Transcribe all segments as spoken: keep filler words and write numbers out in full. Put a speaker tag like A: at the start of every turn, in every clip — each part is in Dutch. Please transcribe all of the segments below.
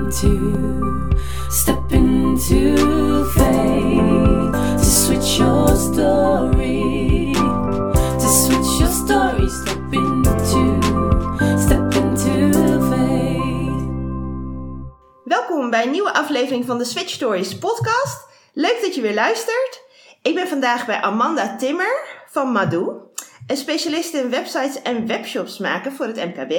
A: into, step into faith, to switch your story, to switch your story, step into, step into faith.
B: Welkom bij een nieuwe aflevering van de Switch Stories podcast. Leuk dat je weer luistert. Ik ben vandaag bij Amanda Timmer van Madou, een specialist in websites en webshops maken voor het M K B.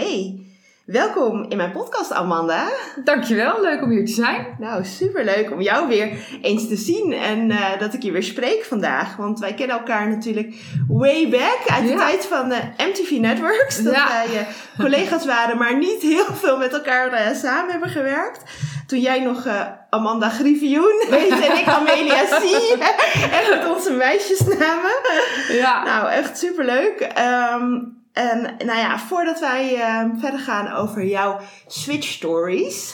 B: Welkom in mijn podcast, Amanda.
C: Dankjewel, leuk om hier te zijn.
B: Nou, superleuk om jou weer eens te zien en uh, dat ik je weer spreek vandaag. Want wij kennen elkaar natuurlijk way back uit de ja. tijd van de M T V Networks. Dat ja. wij uh, collega's waren, maar niet heel veel met elkaar uh, samen hebben gewerkt. Toen jij nog uh, Amanda Griffioen heet en ik Amelia C. Echt met onze meisjesnamen. Ja. Nou, echt superleuk. Um, En nou ja, voordat wij uh, verder gaan over jouw Switch Stories.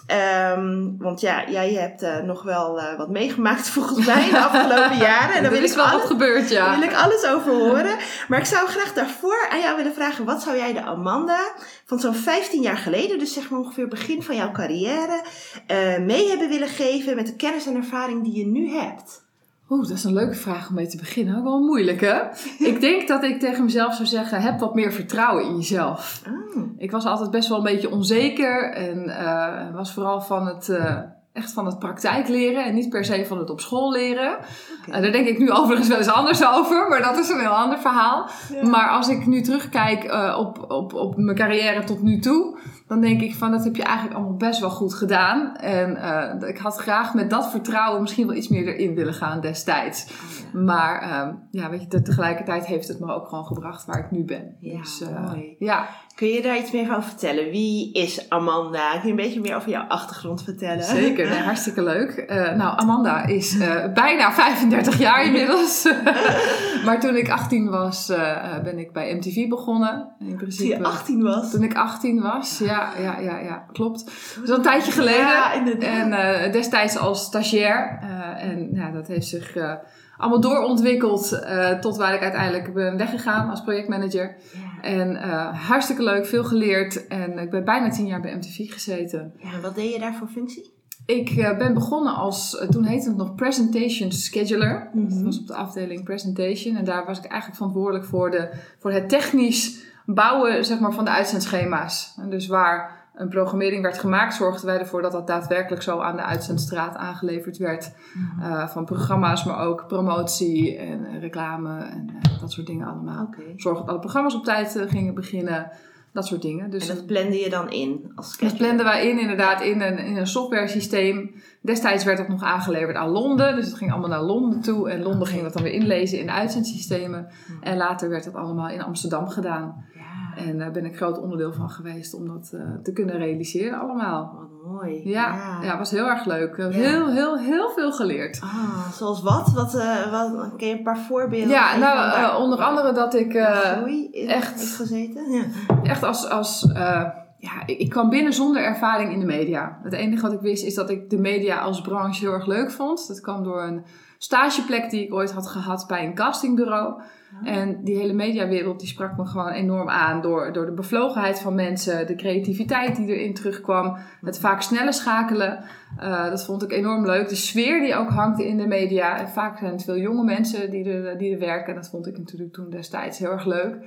B: Um, want ja, jij hebt uh, nog wel uh, wat meegemaakt volgens mij in de afgelopen jaren. En daar wil
C: is
B: ik
C: wel
B: alles,
C: wat gebeurd, ja.
B: Daar wil ik alles over horen. Maar ik zou graag daarvoor aan jou willen vragen. Wat zou jij de Amanda van zo'n vijftien jaar geleden, dus zeg maar ongeveer begin van jouw carrière, uh, mee hebben willen geven met de kennis en ervaring die je nu hebt?
C: Oeh, dat is een leuke vraag om mee te beginnen. Ook wel moeilijk, hè? Ik denk dat ik tegen mezelf zou zeggen, heb wat meer vertrouwen in jezelf. Oh. Ik was altijd best wel een beetje onzeker en uh, was vooral van het, uh, echt van het praktijk leren en niet per se van het op school leren. Okay. Uh, daar denk ik nu overigens wel eens anders over, maar dat is een heel ander verhaal. Ja. Maar als ik nu terugkijk uh, op, op, op mijn carrière tot nu toe, dan denk ik van, dat heb je eigenlijk allemaal best wel goed gedaan. En uh, ik had graag met dat vertrouwen misschien wel iets meer erin willen gaan destijds. Oh, ja. Maar uh, ja, weet je, tegelijkertijd heeft het me ook gewoon gebracht waar ik nu ben.
B: Ja,
C: dus, uh,
B: mooi.
C: Ja.
B: Kun je daar iets meer van vertellen? Wie is Amanda? Kun je een beetje meer over jouw achtergrond vertellen?
C: Zeker, nee, hartstikke leuk. Uh, nou, Amanda is uh, bijna vijfendertig jaar inmiddels. Maar toen ik achttien was, uh, ben ik bij M T V begonnen. In principe,
B: toen je achttien was?
C: Toen ik achttien was, ja, ja, ja, ja klopt. Dat is een tijdje geleden.
B: Ja, inderdaad.
C: En uh, destijds als stagiair. Uh, en ja, dat heeft zich uh, allemaal doorontwikkeld uh, tot waar ik uiteindelijk ben weggegaan als projectmanager. Ja. En uh, hartstikke leuk, veel geleerd. En ik ben bijna tien jaar bij M T V gezeten.
B: Ja, en wat deed je daar voor functie?
C: Ik uh, ben begonnen als, uh, toen heette het nog Presentation Scheduler.
B: Mm-hmm.
C: Dat was op de afdeling Presentation. En daar was ik eigenlijk verantwoordelijk voor, de, voor het technisch bouwen, zeg maar, van de uitzendschema's. En dus waar een programmering werd gemaakt, zorgden wij ervoor dat dat daadwerkelijk zo aan de uitzendstraat aangeleverd werd. Mm-hmm. Uh, van programma's, maar ook promotie en uh, reclame en uh, dat soort dingen allemaal.
B: Okay.
C: Zorg dat alle programma's op tijd uh, gingen beginnen. Dat soort dingen. Dus
B: en dat plande je dan in als scheduler?
C: Dat planden wij in, inderdaad, in een, in een software systeem. Destijds werd dat nog aangeleverd aan Londen. Dus het ging allemaal naar Londen toe. En Londen ging dat dan weer inlezen in de uitzendsystemen. Hmm. En later werd dat allemaal in Amsterdam gedaan. Ja. En daar ben ik groot onderdeel van geweest om dat uh, te kunnen realiseren allemaal.
B: Wat mooi.
C: Ja, ja. ja, was heel erg leuk. We hebben ja. heel, heel, heel veel geleerd.
B: Ah, zoals wat? Wat, uh, wat? Kun je een paar voorbeelden
C: ja,
B: geven?
C: Nou, uh, onder andere dat ik uh,
B: groei is,
C: echt,
B: is gezeten. Ja.
C: Echt als... als uh, ja, ik, ik kwam binnen zonder ervaring in de media. Het enige wat ik wist is dat ik de media als branche heel erg leuk vond. Dat kwam door een stageplek die ik ooit had gehad bij een castingbureau. Ja. En die hele mediawereld die sprak me gewoon enorm aan door, door de bevlogenheid van mensen, de creativiteit die erin terugkwam, het vaak snelle schakelen. Uh, dat vond ik enorm leuk. De sfeer die ook hangt in de media. En vaak zijn het veel jonge mensen die er, die er werken. En dat vond ik natuurlijk toen destijds heel erg leuk.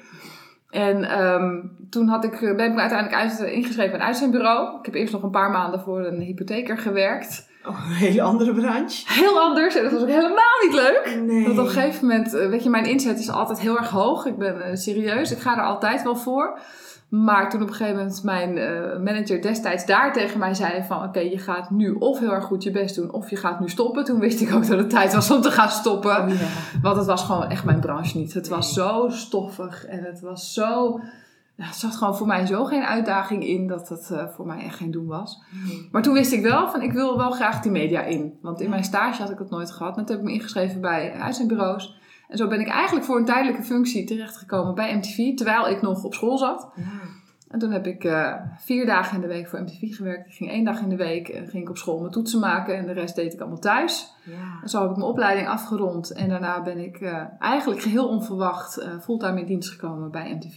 C: En um, toen had ik, ben ik me uiteindelijk uit, ingeschreven bij een uitzendbureau. Ik heb eerst nog een paar maanden voor een hypotheker gewerkt.
B: Oh, een hele andere branche.
C: Heel anders. En dat was ook helemaal niet leuk.
B: Nee.
C: Want op een gegeven moment, weet je, mijn inzet is altijd heel erg hoog. Ik ben uh, serieus. Ik ga er altijd wel voor. Maar toen op een gegeven moment mijn uh, manager destijds daar tegen mij zei van... Oké, okay, je gaat nu of heel erg goed je best doen of je gaat nu stoppen. Toen wist ik ook dat het tijd was om te gaan stoppen.
B: Oh, ja.
C: Want het was gewoon echt mijn branche niet. Het nee. was zo stoffig en het was zo... Er zat gewoon voor mij zo geen uitdaging in dat het uh, voor mij echt geen doen was. Nee. Maar toen wist ik wel van ik wil wel graag die media in. Want in ja. mijn stage had ik dat nooit gehad. En toen heb ik me ingeschreven bij uitzendbureaus. En zo ben ik eigenlijk voor een tijdelijke functie terechtgekomen bij M T V. Terwijl ik nog op school zat. Ja. En toen heb ik uh, vier dagen in de week voor M T V gewerkt. Ik ging één dag in de week uh, ging ik op school mijn toetsen maken. En de rest deed ik allemaal thuis. Ja. En zo heb ik mijn opleiding afgerond. En daarna ben ik uh, eigenlijk geheel onverwacht uh, fulltime in dienst gekomen bij M T V.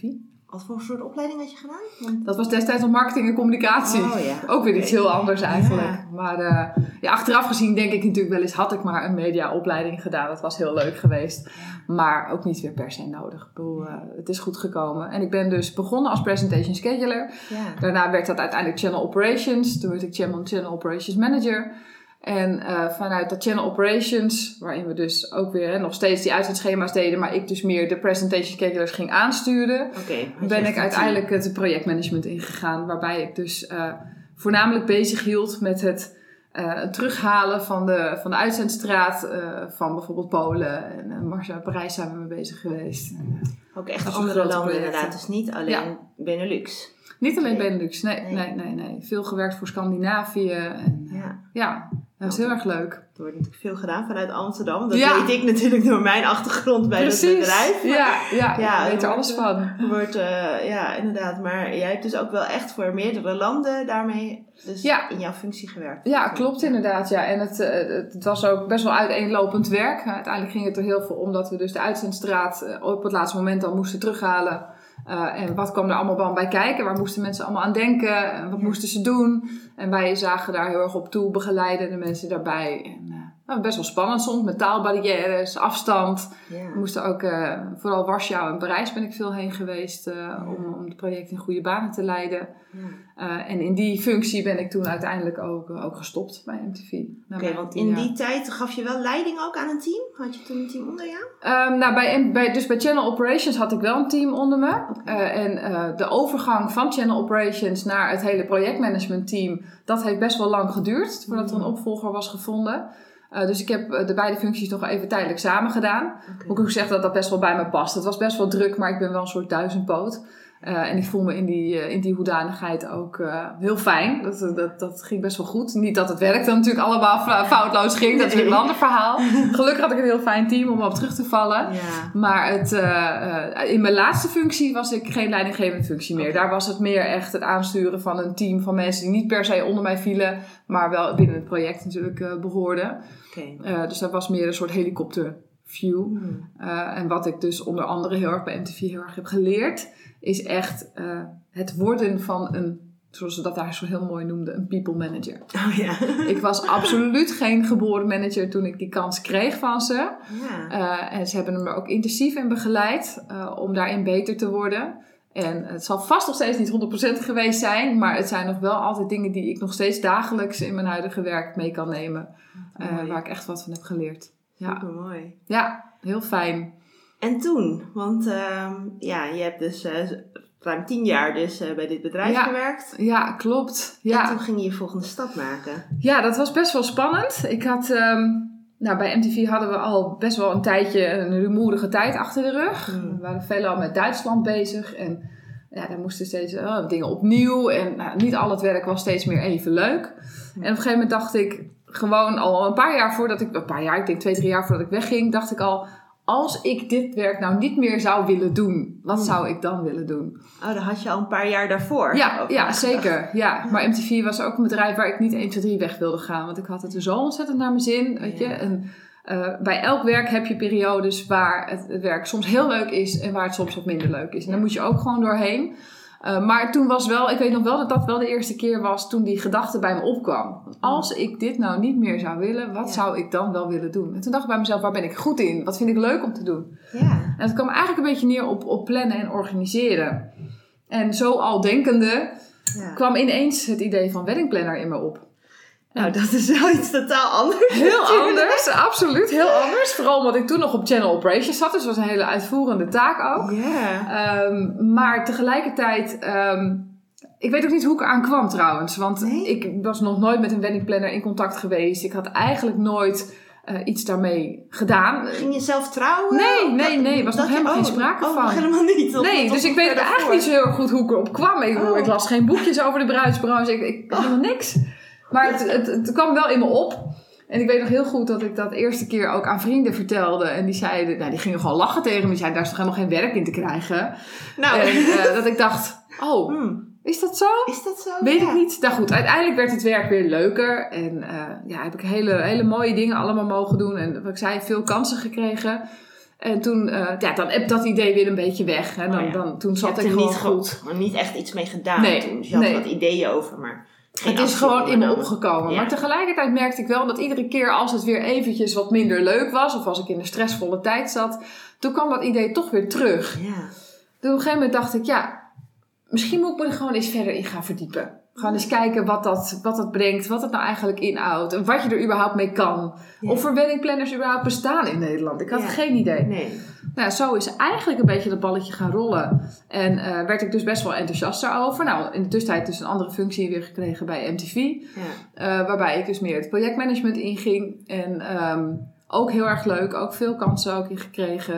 B: Wat voor soort opleiding had je gedaan? Want...
C: Dat was destijds nog marketing en communicatie.
B: Oh, ja.
C: Ook weer iets heel anders eigenlijk.
B: Ja.
C: Maar uh, ja, achteraf gezien denk ik natuurlijk wel eens... had ik maar een mediaopleiding gedaan. Dat was heel leuk geweest. Maar ook niet weer per se nodig. Ik bedoel, uh, het is goed gekomen. En ik ben dus begonnen als presentation scheduler.
B: Ja.
C: Daarna werd dat uiteindelijk channel operations. Toen werd ik channel, channel operations manager. En uh, vanuit dat channel operations, waarin we dus ook weer hè, nog steeds die uitzendschema's deden, maar ik dus meer de presentation schedulers ging aansturen,
B: okay,
C: ben ik uiteindelijk team. het projectmanagement ingegaan, waarbij ik dus uh, voornamelijk bezig hield met het uh, terughalen van de, van de uitzendstraat uh, van bijvoorbeeld Polen. En uh, Marcia Parijs zijn we mee bezig geweest.
B: Ook echt dus andere landen projecten. Inderdaad, dus niet alleen ja. Benelux.
C: Niet alleen nee. Benelux, nee, nee. nee, nee, nee. Veel gewerkt voor Scandinavië. En, ja. ja, dat was heel erg leuk.
B: Er wordt natuurlijk veel gedaan vanuit Amsterdam. Dat
C: ja.
B: weet ik natuurlijk door mijn achtergrond bij
C: Precies.
B: het bedrijf.
C: Maar, ja, ja, ja, ik weet er alles
B: wordt,
C: van.
B: Wordt, uh, ja, inderdaad. Maar jij hebt dus ook wel echt voor meerdere landen daarmee dus ja. in jouw functie gewerkt.
C: Ja, klopt inderdaad. Ja. En het, uh, het was ook best wel uiteenlopend werk. Uiteindelijk ging het er heel veel om dat we dus de uitzendstraat uh, op het laatste moment al moesten terughalen. Uh, en wat kwam er allemaal bij kijken? Waar moesten mensen allemaal aan denken? En wat ja. moesten ze doen? En wij zagen daar heel erg op toe, begeleiden de mensen daarbij. En, uh, nou, best wel spannend soms, met taalbarrières, afstand. Ja. We moesten ook, uh, vooral Warschau en Parijs ben ik veel heen geweest uh, ja. om, om het project in goede banen te leiden. Ja. Uh, en in die functie ben ik toen uiteindelijk ook, uh, ook gestopt bij M T V.
B: Oké, okay, want in jaar. die tijd gaf je wel leiding ook aan een team? Had je toen een team onder jou?
C: Um, nou, bij, bij, dus bij Channel Operations had ik wel een team onder me. Okay. Uh, en uh, de overgang van Channel Operations naar het hele projectmanagement team, dat heeft best wel lang geduurd voordat er een opvolger was gevonden. Uh, dus ik heb uh, de beide functies nog even tijdelijk samen gedaan. Okay. Moet ik ook zeggen dat dat best wel bij me past. Het was best wel druk, maar ik ben wel een soort duizendpoot. Uh, en ik voel me in die, uh, in die hoedanigheid ook uh, heel fijn. Dat, dat, dat ging best wel goed. Niet dat het werk dan natuurlijk allemaal foutloos ging. Dat is weer een ander verhaal. Gelukkig had ik een heel fijn team om op terug te vallen. Ja. Maar het, uh, uh, in mijn laatste functie was ik geen leidinggevende functie meer. Okay. Daar was het meer echt het aansturen van een team van mensen die niet per se onder mij vielen. Maar wel binnen het project natuurlijk uh, behoorden. Okay. Uh, dus dat was meer een soort helikopterview. Hmm. Uh, en wat ik dus onder andere heel erg bij M T V heel erg heb geleerd, is echt uh, het worden van een, zoals ze dat daar zo heel mooi noemden, een people manager.
B: Oh, ja.
C: Ik was absoluut geen geboren manager toen ik die kans kreeg van ze. Ja. Uh, en ze hebben me ook intensief in begeleid uh, om daarin beter te worden. En het zal vast nog steeds niet honderd procent geweest zijn, maar het zijn nog wel altijd dingen die ik nog steeds dagelijks in mijn huidige werk mee kan nemen. Uh, waar ik echt wat van heb geleerd. Ja.
B: Super mooi.
C: Ja, heel fijn.
B: En toen, want uh, ja, je hebt dus uh, ruim tien jaar dus uh, bij dit bedrijf
C: ja,
B: gewerkt.
C: Ja, klopt. Ja.
B: En toen ging je je volgende stap maken.
C: Ja, dat was best wel spannend. Ik had, um, nou bij M T V hadden we al best wel een tijdje een rumoerige tijd achter de rug. Mm. We waren veelal met Duitsland bezig en ja, daar moesten steeds uh, dingen opnieuw. En nou, niet al het werk was steeds meer even leuk. Mm. En op een gegeven moment dacht ik gewoon al een paar jaar voordat ik, een paar jaar, ik denk twee, drie jaar voordat ik wegging, dacht ik al, als ik dit werk nou niet meer zou willen doen, wat hmm. zou ik dan willen doen?
B: Oh, dat had je al een paar jaar daarvoor.
C: Ja, ja zeker. Ja. Maar M T V was ook een bedrijf waar ik niet één, twee, drie weg wilde gaan. Want ik had het er zo ontzettend naar mijn zin. Weet je? Ja. En, uh, bij elk werk heb je periodes waar het, het werk soms heel leuk is en waar het soms wat minder leuk is. En daar moet je ook gewoon doorheen. Uh, maar toen was wel, ik weet nog wel dat dat wel de eerste keer was toen die gedachte bij me opkwam. Als ik dit nou niet meer zou willen, wat ja. zou ik dan wel willen doen? En toen dacht ik bij mezelf, waar ben ik goed in? Wat vind ik leuk om te doen? Ja. En het kwam eigenlijk een beetje neer op, op plannen en organiseren. En zo al denkende ja. kwam ineens het idee van weddingplanner in me op.
B: Nou, dat is wel iets totaal anders.
C: Heel anders, absoluut. Heel anders. Vooral omdat ik toen nog op Channel Operations zat. Dus dat was een hele uitvoerende taak ook.
B: Yeah.
C: Um, maar tegelijkertijd, um, ik weet ook niet hoe ik eraan kwam trouwens. Want nee? ik was nog nooit met een weddingplanner in contact geweest. Ik had eigenlijk nooit uh, iets daarmee gedaan.
B: Ging je zelf trouwen?
C: Nee, nee, nee. Er was nog helemaal
B: je,
C: geen sprake
B: oh,
C: van.
B: Oh, helemaal niet. Tot,
C: nee,
B: tot
C: dus ik weet eigenlijk niet zo heel erg goed hoe ik erop kwam. Ik, oh. ik las geen boekjes over de bruidsbranche. Ik, ik helemaal niks. Maar het, het, het kwam wel in me op. En ik weet nog heel goed dat ik dat eerste keer ook aan vrienden vertelde. En die zeiden, nou, die gingen gewoon lachen tegen me. Die zeiden, daar is toch helemaal geen werk in te krijgen.
B: Nou.
C: En uh, dat ik dacht, oh, hmm. is dat zo?
B: Is dat zo?
C: Weet
B: ja.
C: ik niet. Nou goed, uiteindelijk werd het werk weer leuker. En uh, ja, heb ik hele, hele mooie dingen allemaal mogen doen. En wat ik zei, veel kansen gekregen. En toen, uh, ja, dan heb dat idee weer een beetje weg. Hè. Dan,
B: oh ja.
C: dan, toen zat
B: je
C: ik gewoon
B: niet
C: goed.
B: Maar niet echt iets mee gedaan
C: nee,
B: toen. Dus je had
C: nee.
B: wat ideeën over, maar geen
C: het is gewoon in me
B: genomen.
C: opgekomen.
B: Ja.
C: Maar tegelijkertijd merkte ik wel dat iedere keer als het weer eventjes wat minder leuk was, of als ik in een stressvolle tijd zat, toen kwam dat idee toch weer terug.
B: Ja.
C: Toen op een gegeven moment dacht ik, ja, misschien moet ik me er gewoon eens verder in gaan verdiepen. Gewoon eens kijken wat dat, wat dat brengt, wat het nou eigenlijk inhoudt. En wat je er überhaupt mee kan.
B: Ja.
C: Of er weddingplanners überhaupt bestaan in Nederland. Ik had
B: Ja.
C: geen idee.
B: Nee.
C: Nou, zo is eigenlijk een beetje dat balletje gaan rollen. En uh, werd ik dus best wel enthousiast daarover. Nou, in de tussentijd dus een andere functie weer gekregen bij M T V.
B: Ja.
C: Uh, waarbij ik dus meer het projectmanagement inging. En um, ook heel erg leuk. Ook veel kansen ook in gekregen.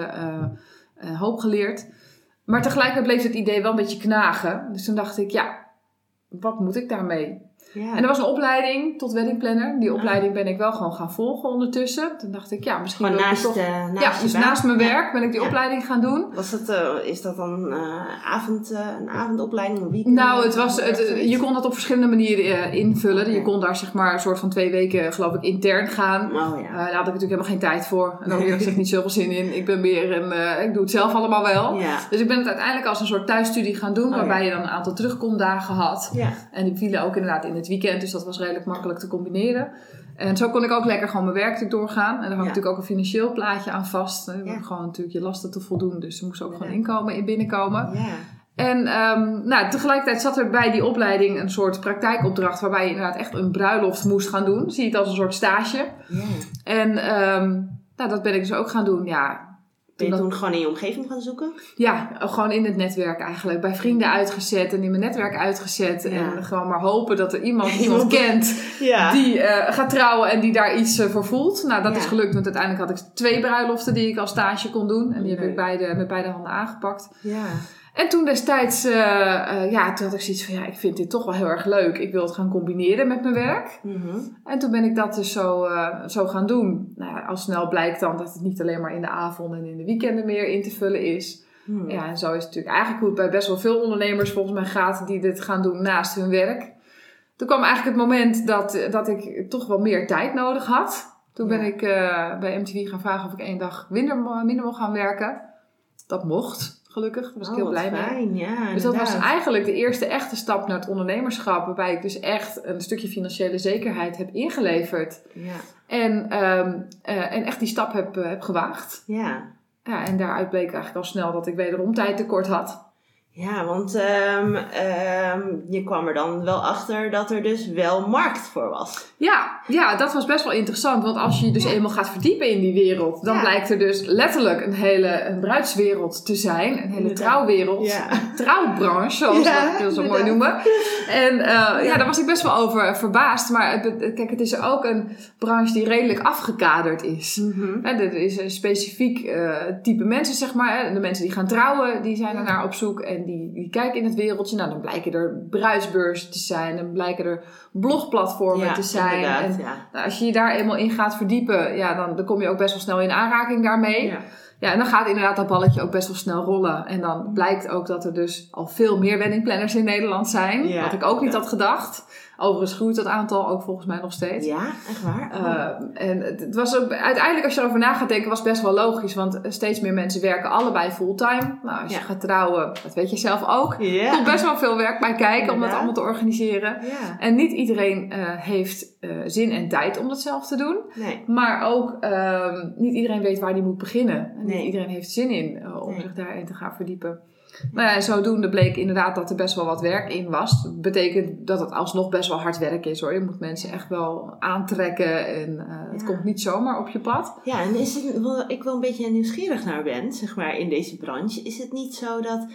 C: Uh, uh, hoop geleerd. Maar tegelijkertijd bleef het idee wel een beetje knagen. Dus toen dacht ik, ja, wat moet ik daarmee?
B: Ja.
C: En er was een opleiding tot weddingplanner. Die opleiding ben ik wel gewoon gaan volgen ondertussen. Toen dacht ik, ja, misschien
B: Gewoon
C: wil ik
B: naast,
C: toch...
B: uh, naast
C: ja,
B: je
C: dus
B: baan.
C: naast mijn werk ben ik die
B: Ja.
C: opleiding gaan doen.
B: Was het, uh, is dat dan uh, avond, uh, een avondopleiding, een weekend?
C: Nou, het was, het, je kon dat op verschillende manieren uh, invullen. Je kon daar zeg maar een soort van twee weken, geloof ik, intern gaan.
B: Oh, ja.
C: Uh, daar had ik natuurlijk helemaal geen tijd voor. En ook eerlijk gezegd niet zoveel zin in. Ik ben meer een, uh, ik doe het zelf allemaal wel.
B: Ja.
C: Dus ik ben het uiteindelijk als een soort thuisstudie gaan doen.
B: Oh,
C: waarbij
B: ja.
C: je dan een aantal terugkomdagen had.
B: Ja.
C: En die vielen ook inderdaad in het weekend. Dus dat was redelijk makkelijk te combineren. En zo kon ik ook lekker gewoon mijn werk natuurlijk doorgaan. En daar had ik
B: Ja.
C: natuurlijk ook een financieel plaatje aan vast. Je
B: Ja.
C: hebt gewoon natuurlijk je lasten te voldoen. Dus er moest ook
B: Ja.
C: gewoon inkomen in binnenkomen.
B: Ja.
C: En um, nou, tegelijkertijd zat er bij die opleiding een soort praktijkopdracht. Waarbij je inderdaad echt een bruiloft moest gaan doen. Zie je het als een soort stage.
B: Ja.
C: En um, nou, dat ben ik dus ook gaan doen. Ja,
B: Ben je
C: dat-
B: toen gewoon in je omgeving gaan zoeken?
C: ja, gewoon in het netwerk eigenlijk. Bij vrienden uitgezet en in mijn netwerk uitgezet.
B: Ja.
C: En gewoon maar hopen dat er iemand iemand kent
B: Ja.
C: die uh, gaat trouwen en die daar iets uh, voor voelt. Nou, dat
B: Ja.
C: is gelukt, want uiteindelijk had ik twee bruiloften die ik als stage kon doen. En die heb
B: Leuk.
C: ik beide, met beide handen aangepakt.
B: Ja.
C: En toen destijds, uh, uh, ja, toen had ik zoiets van, ja, ik vind dit toch wel heel erg leuk. Ik wil het gaan combineren met mijn werk.
B: Mhm.
C: En toen ben ik dat dus zo, uh, zo gaan doen. Nou ja, al snel blijkt dan dat het niet alleen maar in de avonden en in de weekenden meer in te vullen is.
B: Hmm.
C: Ja, en zo is het natuurlijk eigenlijk hoe het bij best wel veel ondernemers volgens mij gaat die dit gaan doen naast hun werk. Toen kwam eigenlijk het moment dat, dat ik toch wel meer tijd nodig had. Toen ben
B: Ja.
C: ik uh, bij M T V gaan vragen of ik één dag minder, minder mocht gaan werken. Dat mocht, gelukkig. Daar was ik
B: Oh,
C: heel
B: wat
C: blij mee.
B: fijn. Ja,
C: Dus dat was
B: inderdaad.
C: eigenlijk de eerste echte stap naar het ondernemerschap. Waarbij ik dus echt een stukje financiële zekerheid heb ingeleverd.
B: Ja.
C: En, um, uh, en echt die stap heb, uh, heb gewaagd.
B: Ja.
C: Ja, en daaruit bleek eigenlijk al snel dat ik wederom tijd tekort had.
B: Ja, want um, um, je kwam er dan wel achter dat er dus wel markt voor was.
C: Ja, ja, dat was best wel interessant. Want als je je dus
B: Ja.
C: eenmaal gaat verdiepen in die wereld... dan
B: Ja.
C: blijkt er dus letterlijk een hele een bruidswereld te zijn. Een hele
B: Inderdaad.
C: trouwwereld.
B: Ja.
C: Een trouwbranche, zoals
B: Ja,
C: we dat heel zo mooi
B: inderdaad.
C: noemen. En uh, ja.
B: Ja.
C: daar was ik best wel over verbaasd. Maar het, kijk, het is ook een branche die redelijk afgekaderd is.
B: Mhm.
C: Hè, er is een specifiek uh, type mensen, zeg maar. Hè. De mensen die gaan trouwen, die zijn er naar op zoek. En die, die kijken in het wereldje. Nou, dan blijken er bruidsbeurzen te zijn. Dan blijken er blogplatformen
B: Ja,
C: te zijn.
B: inderdaad,
C: En
B: ja.
C: nou, als je je daar eenmaal in gaat verdiepen, ja, dan, dan kom je ook best wel snel in aanraking daarmee.
B: Ja.
C: Ja, en dan gaat inderdaad dat balletje ook best wel snel rollen. En dan blijkt ook dat er dus al veel meer weddingplanners in Nederland zijn.
B: Ja,
C: wat ik ook niet
B: ja.
C: had gedacht. Overigens groeit dat aantal ook volgens mij nog steeds.
B: Ja, echt waar? Oh.
C: Uh, en het het was ook, uiteindelijk als je erover na gaat denken, was het best wel logisch. Want steeds meer mensen werken allebei fulltime. Nou, als je
B: Ja.
C: gaat trouwen, dat weet je zelf ook. Er
B: ja.
C: komt best wel veel werk bij kijken om dat
B: Inderdaad.
C: allemaal te organiseren.
B: Ja.
C: En niet iedereen uh, heeft uh, zin en tijd om dat zelf te doen.
B: Nee.
C: Maar ook um, niet iedereen weet waar die moet beginnen. En
B: Nee.
C: niet iedereen heeft zin in uh, om
B: Nee.
C: zich daarin te gaan verdiepen. Nou ja, en zodoende bleek inderdaad dat er best wel wat werk in was. Dat betekent dat het alsnog best wel hard werk is hoor. Je moet mensen echt wel aantrekken en uh, het
B: Ja.
C: komt niet zomaar op je pad.
B: Ja, en is het, wat ik wel een beetje nieuwsgierig naar ben, zeg maar, in deze branche, is het niet zo dat,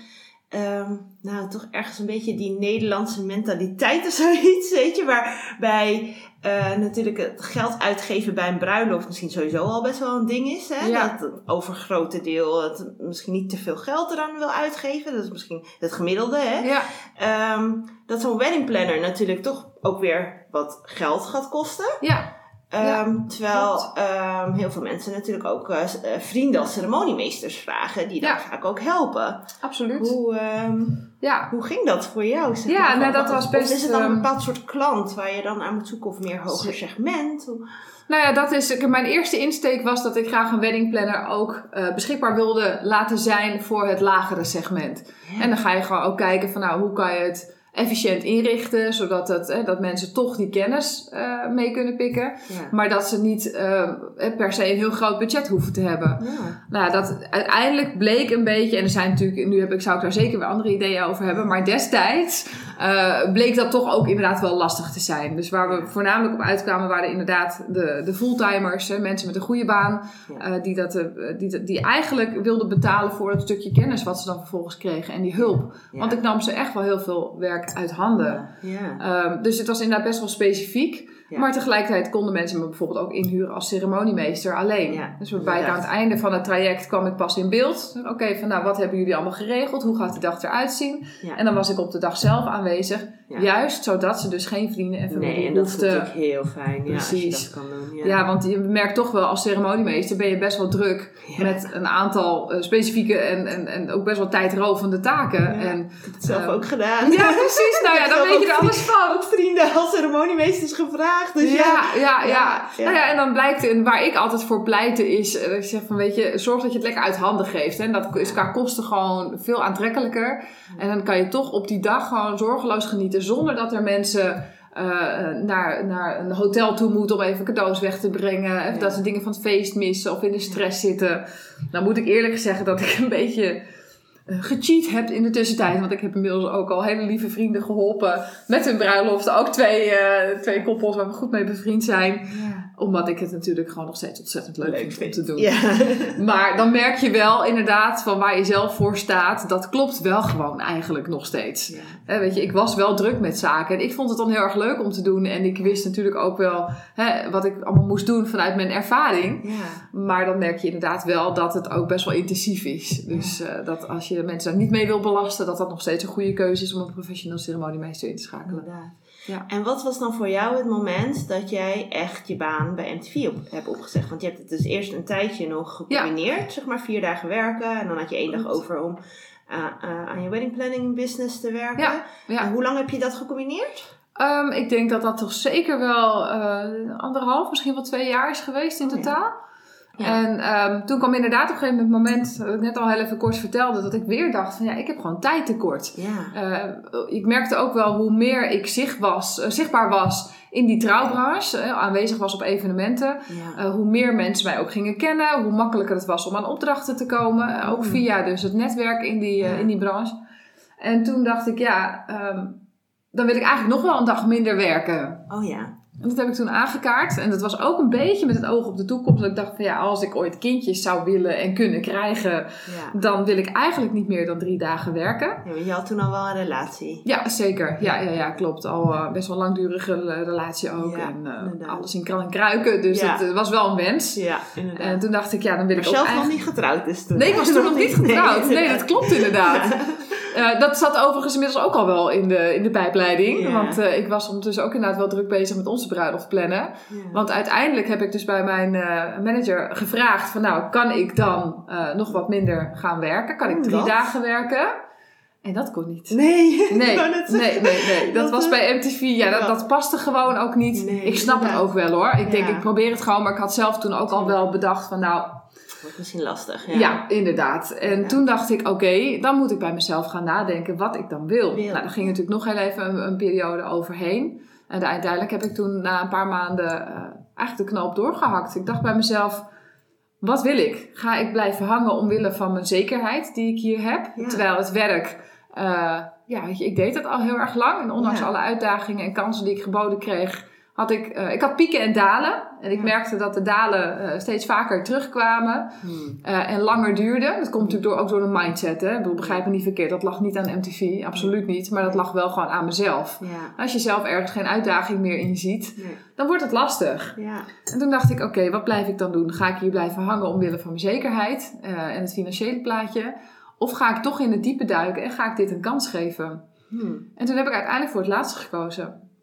B: um, nou, toch ergens een beetje die Nederlandse mentaliteit of zoiets, weet je, waarbij uh, natuurlijk het geld uitgeven bij een bruiloft misschien sowieso al best wel een ding is, hè?
C: Ja.
B: Dat het overgrote deel het misschien niet te veel geld eraan wil uitgeven, dat is misschien het gemiddelde, hè?
C: Ja,
B: Um, dat zo'n weddingplanner natuurlijk toch ook weer wat geld gaat kosten.
C: ja.
B: Um,
C: Ja,
B: terwijl um, heel veel mensen natuurlijk ook uh, vrienden als ceremoniemeesters vragen, die dan
C: Ja.
B: vaak ook helpen.
C: Absoluut.
B: Hoe, um,
C: Ja.
B: hoe ging dat voor jou? Zeg
C: Ja,
B: maar?
C: nou, dat
B: Of-
C: was
B: Of
C: best,
B: is het dan een
C: um,
B: bepaald soort klant waar je dan aan moet zoeken of meer hoger segment? Hoe-
C: Nou ja, dat is, mijn eerste insteek was dat ik graag een weddingplanner ook uh, beschikbaar wilde laten zijn voor het lagere segment.
B: Ja.
C: En dan ga je gewoon ook kijken van nou, hoe kan je het efficiënt inrichten, zodat het, eh, dat mensen toch die kennis uh, mee kunnen pikken.
B: Ja.
C: Maar dat ze niet uh, per se een heel groot budget hoeven te hebben.
B: Ja.
C: Nou ja, dat uiteindelijk bleek een beetje, en er zijn natuurlijk, nu heb ik, zou ik daar zeker weer andere ideeën over hebben, maar destijds uh, bleek dat toch ook inderdaad wel lastig te zijn. Dus waar we voornamelijk op uitkwamen waren inderdaad de, de fulltimers, hè, mensen met een goede baan,
B: Ja.
C: uh, die, dat, uh, die, die eigenlijk wilden betalen voor dat stukje kennis wat ze dan vervolgens kregen en die hulp.
B: Ja.
C: Want ik nam ze echt wel heel veel werk uit handen.
B: Ja.
C: Um, dus het was inderdaad best wel specifiek.
B: Ja.
C: Maar tegelijkertijd konden mensen me bijvoorbeeld ook inhuren als ceremoniemeester alleen.
B: Ja,
C: dus waarbij ik aan
B: inderdaad.
C: het einde van het traject kwam ik pas in beeld. Oké, okay, van nou, wat hebben jullie allemaal geregeld? Hoe gaat de dag eruit zien?
B: Ja.
C: En dan was ik op de dag zelf aanwezig.
B: Ja.
C: Juist zodat ze dus geen vrienden en familie
B: Nee, en dat is
C: hoefden.
B: natuurlijk heel fijn. Ja, als je
C: Precies.
B: dat kan doen. Ja.
C: Ja, want je merkt toch wel als ceremoniemeester ben je best wel druk
B: Ja.
C: met een aantal uh, specifieke en, en, en ook best wel tijdrovende taken.
B: Ja.
C: En,
B: Ik heb het zelf
C: um,
B: ook gedaan.
C: Ja, precies. Nou ja,
B: Ik
C: dan
B: heb
C: weet je er
B: ook
C: alles van.
B: Ook vrienden als ceremoniemeesters gevraagd. Dus ja.
C: Ja, ja, ja.
B: Ja, ja.
C: Nou ja, en dan blijkt, en waar ik altijd voor pleitte is, eh, dat ik zeg van weet je, zorg dat je het lekker uit handen geeft. Hè. En dat is qua kosten gewoon veel aantrekkelijker. En dan kan je toch op die dag gewoon zorgeloos genieten, zonder dat er mensen uh, naar, naar een hotel toe moeten om even cadeaus weg te brengen. Of
B: Ja.
C: dat ze dingen van het feest missen of in de stress zitten. Nou moet ik eerlijk zeggen dat ik een beetje gecheat heb in de tussentijd. Want ik heb inmiddels ook al hele lieve vrienden geholpen met hun bruiloft. Ook twee, uh, twee koppels waar we goed mee bevriend zijn.
B: Ja.
C: Omdat ik het natuurlijk gewoon nog steeds ontzettend leuk,
B: Leuk
C: vind om
B: vind.
C: te doen.
B: Ja.
C: Maar dan merk je wel inderdaad van waar je zelf voor staat. Dat klopt wel gewoon eigenlijk nog steeds.
B: Ja.
C: Hè, weet je, ik was wel druk met zaken. En ik vond het dan heel erg leuk om te doen. En ik wist natuurlijk ook wel hè, wat ik allemaal moest doen vanuit mijn ervaring.
B: Ja.
C: Maar dan merk je inderdaad wel dat het ook best wel intensief is. Dus uh, dat als je mensen daar niet mee wil belasten, dat dat nog steeds een goede keuze is om een professioneel ceremoniemeester in te schakelen.
B: Inderdaad.
C: Ja.
B: En wat was dan voor jou het moment dat jij echt je baan bij M T V op, hebt opgezegd? Want je hebt het dus eerst een tijdje nog gecombineerd, zeg maar vier dagen werken. En dan had je één dag over om uh, uh, aan je wedding planning business te werken.
C: Ja, ja.
B: En hoe lang heb je dat gecombineerd?
C: Um, ik denk dat dat toch zeker wel uh, anderhalf, misschien wel twee jaar is geweest in
B: Oh, ja.
C: totaal.
B: Ja.
C: En um, toen kwam inderdaad op een gegeven moment het moment, dat ik net al heel even kort vertelde, dat ik weer dacht van ja, ik heb gewoon tijd tekort.
B: Ja.
C: Uh, ik merkte ook wel hoe meer ik zicht was, uh, zichtbaar was in die trouwbranche, uh, aanwezig was op evenementen.
B: Ja.
C: Uh, hoe meer mensen mij ook gingen kennen, hoe makkelijker het was om aan opdrachten te komen. Uh, ook via dus het netwerk in die, uh,
B: Ja.
C: in die branche. En toen dacht ik ja, um, dan wil ik eigenlijk nog wel een dag minder werken.
B: Oh ja.
C: En dat heb ik toen aangekaart. En dat was ook een beetje met het oog op de toekomst. Dat ik dacht van ja, als ik ooit kindjes zou willen en kunnen krijgen,
B: Ja.
C: dan wil ik eigenlijk niet meer dan drie dagen werken.
B: Ja, want je had toen al wel een relatie.
C: Ja, zeker. Ja, ja, ja klopt. Al uh, best wel een langdurige uh, relatie ook.
B: Ja,
C: en uh,
B: inderdaad.
C: alles in kran en kruiken. Dus
B: Ja.
C: het uh, was wel een wens.
B: Ja, inderdaad.
C: En toen dacht ik, ja, dan wil
B: maar
C: ik ook
B: zelf
C: eigenlijk...
B: nog niet getrouwd dus toen.
C: Nee, ik was toen nog niet getrouwd. Nee,
B: inderdaad.
C: dat klopt inderdaad. Uh, dat zat overigens inmiddels ook al wel in de, in de pijpleiding.
B: Ja.
C: Want uh, ik was ondertussen ook inderdaad wel druk bezig met onze bruiloft plannen.
B: Ja.
C: Want uiteindelijk heb ik dus bij mijn uh, manager gevraagd van nou, kan ik dan uh, nog wat minder gaan werken? Kan ik
B: Oh,
C: drie
B: wat?
C: dagen werken? En dat kon niet.
B: Nee.
C: Nee,
B: Ik wou net
C: nee,
B: zeggen.
C: nee, nee. Dat
B: Dat,
C: was
B: uh,
C: bij M T V. Ja, dat, dat paste gewoon ook niet.
B: Nee,
C: ik snap het
B: inderdaad.
C: ook wel hoor. Ik denk,
B: Ja.
C: ik probeer het gewoon. Maar ik had zelf toen ook al wel bedacht van nou,
B: Wordt misschien lastig.
C: ja,
B: Ja.
C: inderdaad. En
B: Ja.
C: toen dacht ik, oké, okay, dan moet ik bij mezelf gaan nadenken wat ik dan wil.
B: Wil.
C: Nou, daar ging natuurlijk nog heel even een, een periode overheen. En uiteindelijk heb ik toen na een paar maanden uh, eigenlijk de knoop doorgehakt. Ik dacht bij mezelf, wat wil ik? Ga ik blijven hangen omwille van mijn zekerheid die ik hier heb?
B: Ja.
C: Terwijl het werk, uh, ja, weet je, ik deed het al heel erg lang. En ondanks
B: Ja.
C: alle uitdagingen en kansen die ik geboden kreeg, had ik, uh, ik had pieken en dalen. En ik
B: Ja.
C: merkte dat de dalen uh, steeds vaker terugkwamen.
B: Hmm.
C: Uh, en langer duurde. Dat komt natuurlijk door, ook door een mindset. Hè? Ik bedoel, begrijp me niet verkeerd. Dat lag niet aan M T V. Absoluut niet. Maar dat lag wel gewoon aan mezelf.
B: Ja.
C: Als je zelf ergens geen uitdaging meer in ziet,
B: Nee.
C: dan wordt het lastig.
B: Ja.
C: En toen dacht ik, oké, okay, wat blijf ik dan doen? Ga ik hier blijven hangen omwille van mijn zekerheid uh, en het financiële plaatje? Of ga ik toch in het diepe duiken en ga ik dit een kans geven?
B: Hmm.
C: En toen heb ik uiteindelijk voor het laatste gekozen.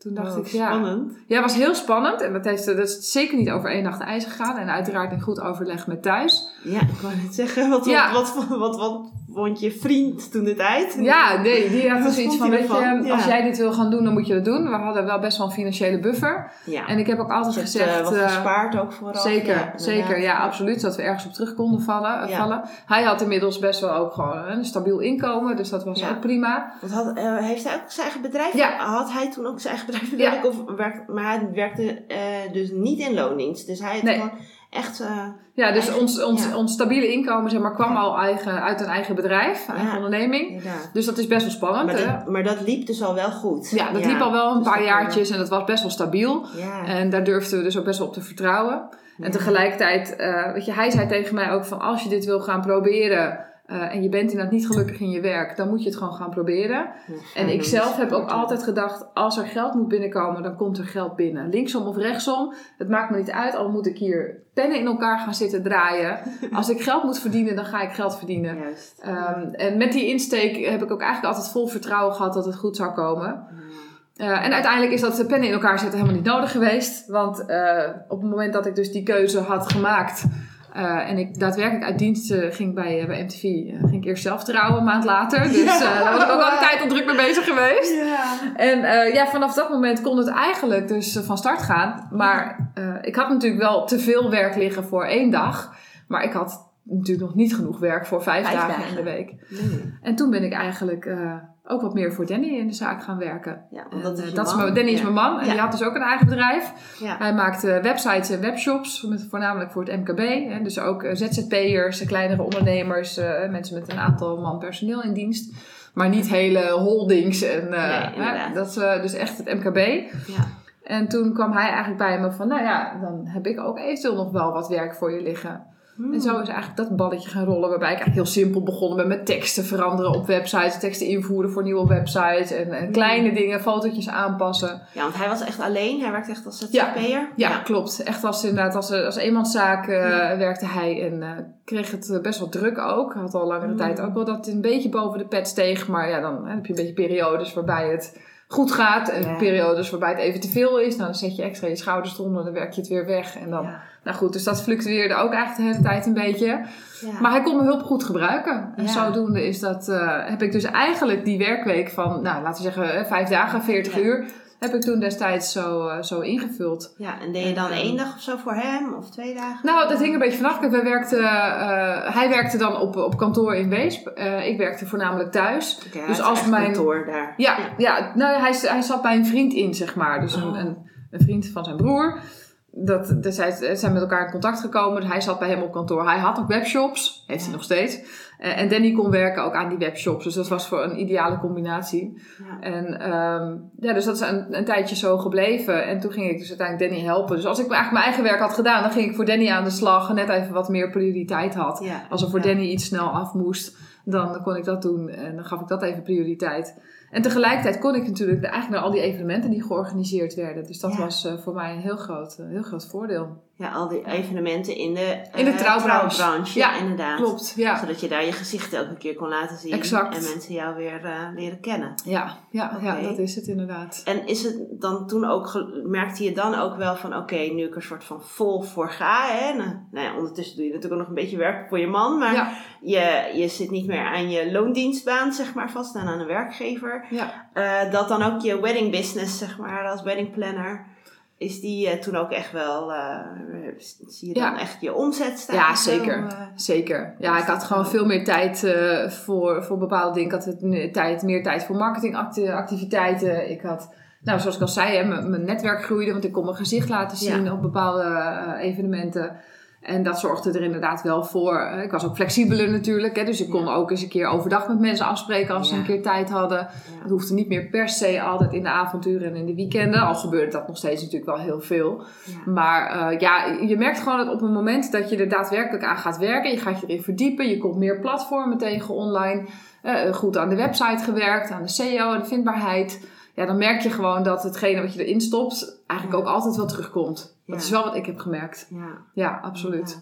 C: Toen dacht
B: Oh,
C: ik, ja.
B: Spannend.
C: Ja, het was heel spannend. En dat, heeft, dat is zeker niet over één nacht ijs gegaan. En uiteraard in goed overleg met thuis.
B: Ja, ik wou net zeggen, wat,
C: Ja.
B: wat, wat, wat, wat vond je vriend toen de tijd?
C: Ja, nee, die had
B: Wat
C: dus iets
B: vond
C: van,
B: hij
C: weet je,
B: ervan? Ja.
C: als jij dit wil gaan doen, dan moet je dat doen. We hadden wel best wel een financiële buffer.
B: Ja.
C: En ik heb ook altijd
B: Je hebt,
C: gezegd...
B: uh, wat
C: uh,
B: gespaard ook vooral.
C: Zeker,
B: Ja,
C: zeker. Ja, absoluut. Zodat we ergens op terug konden vallen,
B: Ja.
C: vallen. Hij had inmiddels best wel ook gewoon een stabiel inkomen. Dus dat was
B: Ja.
C: ook prima.
B: Want had, uh, heeft hij ook zijn eigen bedrijf?
C: Ja.
B: Had hij toen ook zijn eigen bedrijf?
C: Ja.
B: Ja. Of werkt, maar hij werkte uh, dus niet in loondienst. Dus hij had
C: Nee.
B: gewoon echt... Uh,
C: Ja, dus
B: eigen-
C: ons, ons,
B: ja.
C: ons stabiele inkomen zeg maar, kwam
B: Ja.
C: al eigen, uit een eigen bedrijf, eigen
B: Ja.
C: onderneming.
B: Inderdaad.
C: Dus dat is best wel spannend.
B: Maar
C: hè?
B: dat, maar dat liep dus al wel goed.
C: Ja, dat liep al wel een
B: Dus
C: paar
B: dat-
C: jaartjes en dat was best wel stabiel.
B: Ja.
C: En daar durfden we dus ook best wel op te vertrouwen.
B: Ja.
C: En tegelijkertijd, uh, weet je, hij zei tegen mij ook van als je dit wil gaan proberen uh, en je bent inderdaad niet gelukkig in je werk, dan moet je het gewoon gaan proberen.
B: Ja,
C: En
B: ja,
C: ik
B: dan
C: zelf
B: is
C: heb
B: het
C: ook
B: goed,
C: altijd gedacht, als er geld moet binnenkomen, dan komt er geld binnen. Linksom of rechtsom, het maakt me niet uit, al moet ik hier pennen in elkaar gaan zitten draaien. Als ik geld moet verdienen, dan ga ik geld verdienen.
B: Juist.
C: Um, en met die insteek heb ik ook eigenlijk altijd vol vertrouwen gehad dat het goed zou komen. Uh, en uiteindelijk is dat pennen in elkaar zetten helemaal niet nodig geweest. Want uh, op het moment dat ik dus die keuze had gemaakt uh, en ik daadwerkelijk uit dienst uh, ging bij, uh, bij M T V, uh, ging ik eerst zelf trouwen een maand later. Dus uh, daar was ik ook al een tijd al druk mee bezig geweest.
B: Ja.
C: En uh, ja, vanaf dat moment kon het eigenlijk dus uh, van start gaan. Maar uh, ik had natuurlijk wel te veel werk liggen voor één dag. Maar ik had natuurlijk nog niet genoeg werk voor vijf,
B: Vijf
C: dagen,
B: dagen.
C: in de week.
B: Nee.
C: En toen ben ik eigenlijk uh, ook wat meer voor Danny in de zaak gaan werken.
B: Ja, want
C: En,
B: dat is
C: uh,
B: je
C: dat is
B: man.
C: mijn, Danny is
B: Ja.
C: mijn man en
B: Ja.
C: die had dus ook een eigen bedrijf.
B: Ja.
C: Hij maakte websites en webshops, met, voornamelijk voor het M K B. Hè, dus ook uh, Z Z P'ers, kleinere ondernemers, uh, mensen met een aantal man personeel in dienst. Maar niet hele holdings. En, uh,
B: Nee,
C: hè,
B: inderdaad.
C: dat is uh, dus echt het M K B.
B: Ja.
C: En toen kwam hij eigenlijk bij me van, nou ja, dan heb ik ook eventueel nog wel wat werk voor je liggen.
B: Hmm.
C: En zo is eigenlijk dat balletje gaan rollen. Waarbij ik eigenlijk heel simpel begonnen ben met teksten veranderen op websites. Teksten invoeren voor nieuwe websites. En, en kleine dingen, fotootjes aanpassen.
B: Ja, want hij was echt alleen. Hij werkte echt als Z Z P'er.
C: Ja.
B: Ja.
C: Ja, klopt. Echt als, inderdaad, als, als eenmanszaak uh,
B: Ja.
C: werkte hij. En uh, kreeg het uh, best wel druk ook. Hij had al langere
B: Mm.
C: tijd ook wel dat het een beetje boven de pet steeg. Maar ja, dan hè, heb je een beetje periodes waarbij het goed gaat. En
B: Ja.
C: periodes waarbij het even te veel is. Nou, dan zet je extra je schouders eronder. Dan werk je het weer weg. En dan...
B: Ja.
C: Nou goed, dus dat fluctueerde ook eigenlijk de hele tijd een beetje.
B: Ja.
C: Maar hij kon mijn hulp goed gebruiken. En
B: Ja.
C: zodoende is dat, uh, heb ik dus eigenlijk die werkweek van, nou laten we zeggen, vijf dagen, veertig
B: Ja.
C: uur, heb ik toen destijds zo, uh, zo ingevuld.
B: Ja, en deed je dan
C: En, um,
B: één dag of zo voor hem? Of twee dagen?
C: Nou, dat hing een beetje vanaf. Kijk, wij werkten, uh, hij werkte dan op, op kantoor in Weesp. Uh, ik werkte voornamelijk thuis.
B: Okay, hij
C: dus
B: had
C: als
B: echt
C: mijn-
B: kantoor daar.
C: Ja, ja. nou, hij, hij zat bij een vriend in, zeg maar. Dus een,
B: Oh.
C: een, een vriend van zijn broer. Dat, dus zij zijn met elkaar in contact gekomen. Dus hij zat bij hem op kantoor. Hij had ook webshops. Heeft hij
B: Ja.
C: nog steeds. Uh, en Danny kon werken ook aan die webshops. Dus dat was voor een ideale combinatie.
B: Ja.
C: En um, ja, dus dat is een, een tijdje zo gebleven. En toen ging ik dus uiteindelijk Danny helpen. Dus als ik eigenlijk mijn eigen werk had gedaan, dan ging ik voor Danny aan de slag. En net even wat meer prioriteit had.
B: Ja.
C: Als er voor
B: Ja.
C: Danny iets snel af moest, dan kon ik dat doen. En dan gaf ik dat even prioriteit. En tegelijkertijd kon ik natuurlijk de, eigenlijk naar al die evenementen die georganiseerd werden. Dus dat
B: Ja.
C: was uh, voor mij een heel groot, uh, heel groot voordeel.
B: Ja, al die evenementen in de,
C: In de
B: uh,
C: trouwbranche.
B: trouwbranche.
C: Ja,
B: Ja, inderdaad.
C: Klopt, ja.
B: Zodat je daar je gezicht elke keer kon laten zien.
C: Exact.
B: En mensen jou weer uh, leren kennen.
C: Ja, ja, ja,
B: Oké.
C: dat is het inderdaad.
B: En is het dan toen ook, ge- merkte je dan ook wel van, oké, okay, nu ik er soort van vol voor ga. Hè? Nou, nou ja, ondertussen doe je natuurlijk ook nog een beetje werk voor je man. Maar
C: Ja,
B: je, je zit niet meer aan je loondienstbaan, zeg maar, vast en aan een werkgever.
C: ja.
B: Uh, dat dan ook je wedding business, zeg maar, als wedding planner, is die uh, toen ook echt wel, uh, zie je dan
C: Ja.
B: echt je omzet staan?
C: Ja,
B: of zo?
C: zeker.
B: Uh,
C: Zeker. Ja, ik had gewoon veel meer tijd uh, voor, voor bepaalde dingen. Ik had het, nu- tijd, meer tijd voor marketingactiviteiten. Ik had, nou, zoals ik al zei, hè, mijn, mijn netwerk groeide. Want ik kon mijn gezicht laten zien
B: Ja.
C: op bepaalde uh, evenementen. En dat zorgde er inderdaad wel voor. Uh, ik was ook flexibeler natuurlijk. Hè, dus ik kon
B: Ja.
C: ook eens een keer overdag met mensen afspreken als ze
B: Ja.
C: een keer tijd hadden.
B: ja.
C: Het hoefde niet meer per se altijd in de avonturen en in de weekenden. Al gebeurde dat nog steeds natuurlijk wel heel veel.
B: Ja.
C: Maar uh, ja, je merkt gewoon dat op het moment dat je er daadwerkelijk aan gaat werken. Je gaat je erin verdiepen. Je komt meer platformen tegen online. Uh, goed aan de website gewerkt. Aan de S E O en de vindbaarheid. Ja, dan merk je gewoon dat hetgene wat je erin stopt eigenlijk
B: Ja.
C: ook altijd wel terugkomt. Dat
B: Ja.
C: is wel wat ik heb gemerkt.
B: Ja.
C: Ja, absoluut.
B: Ja.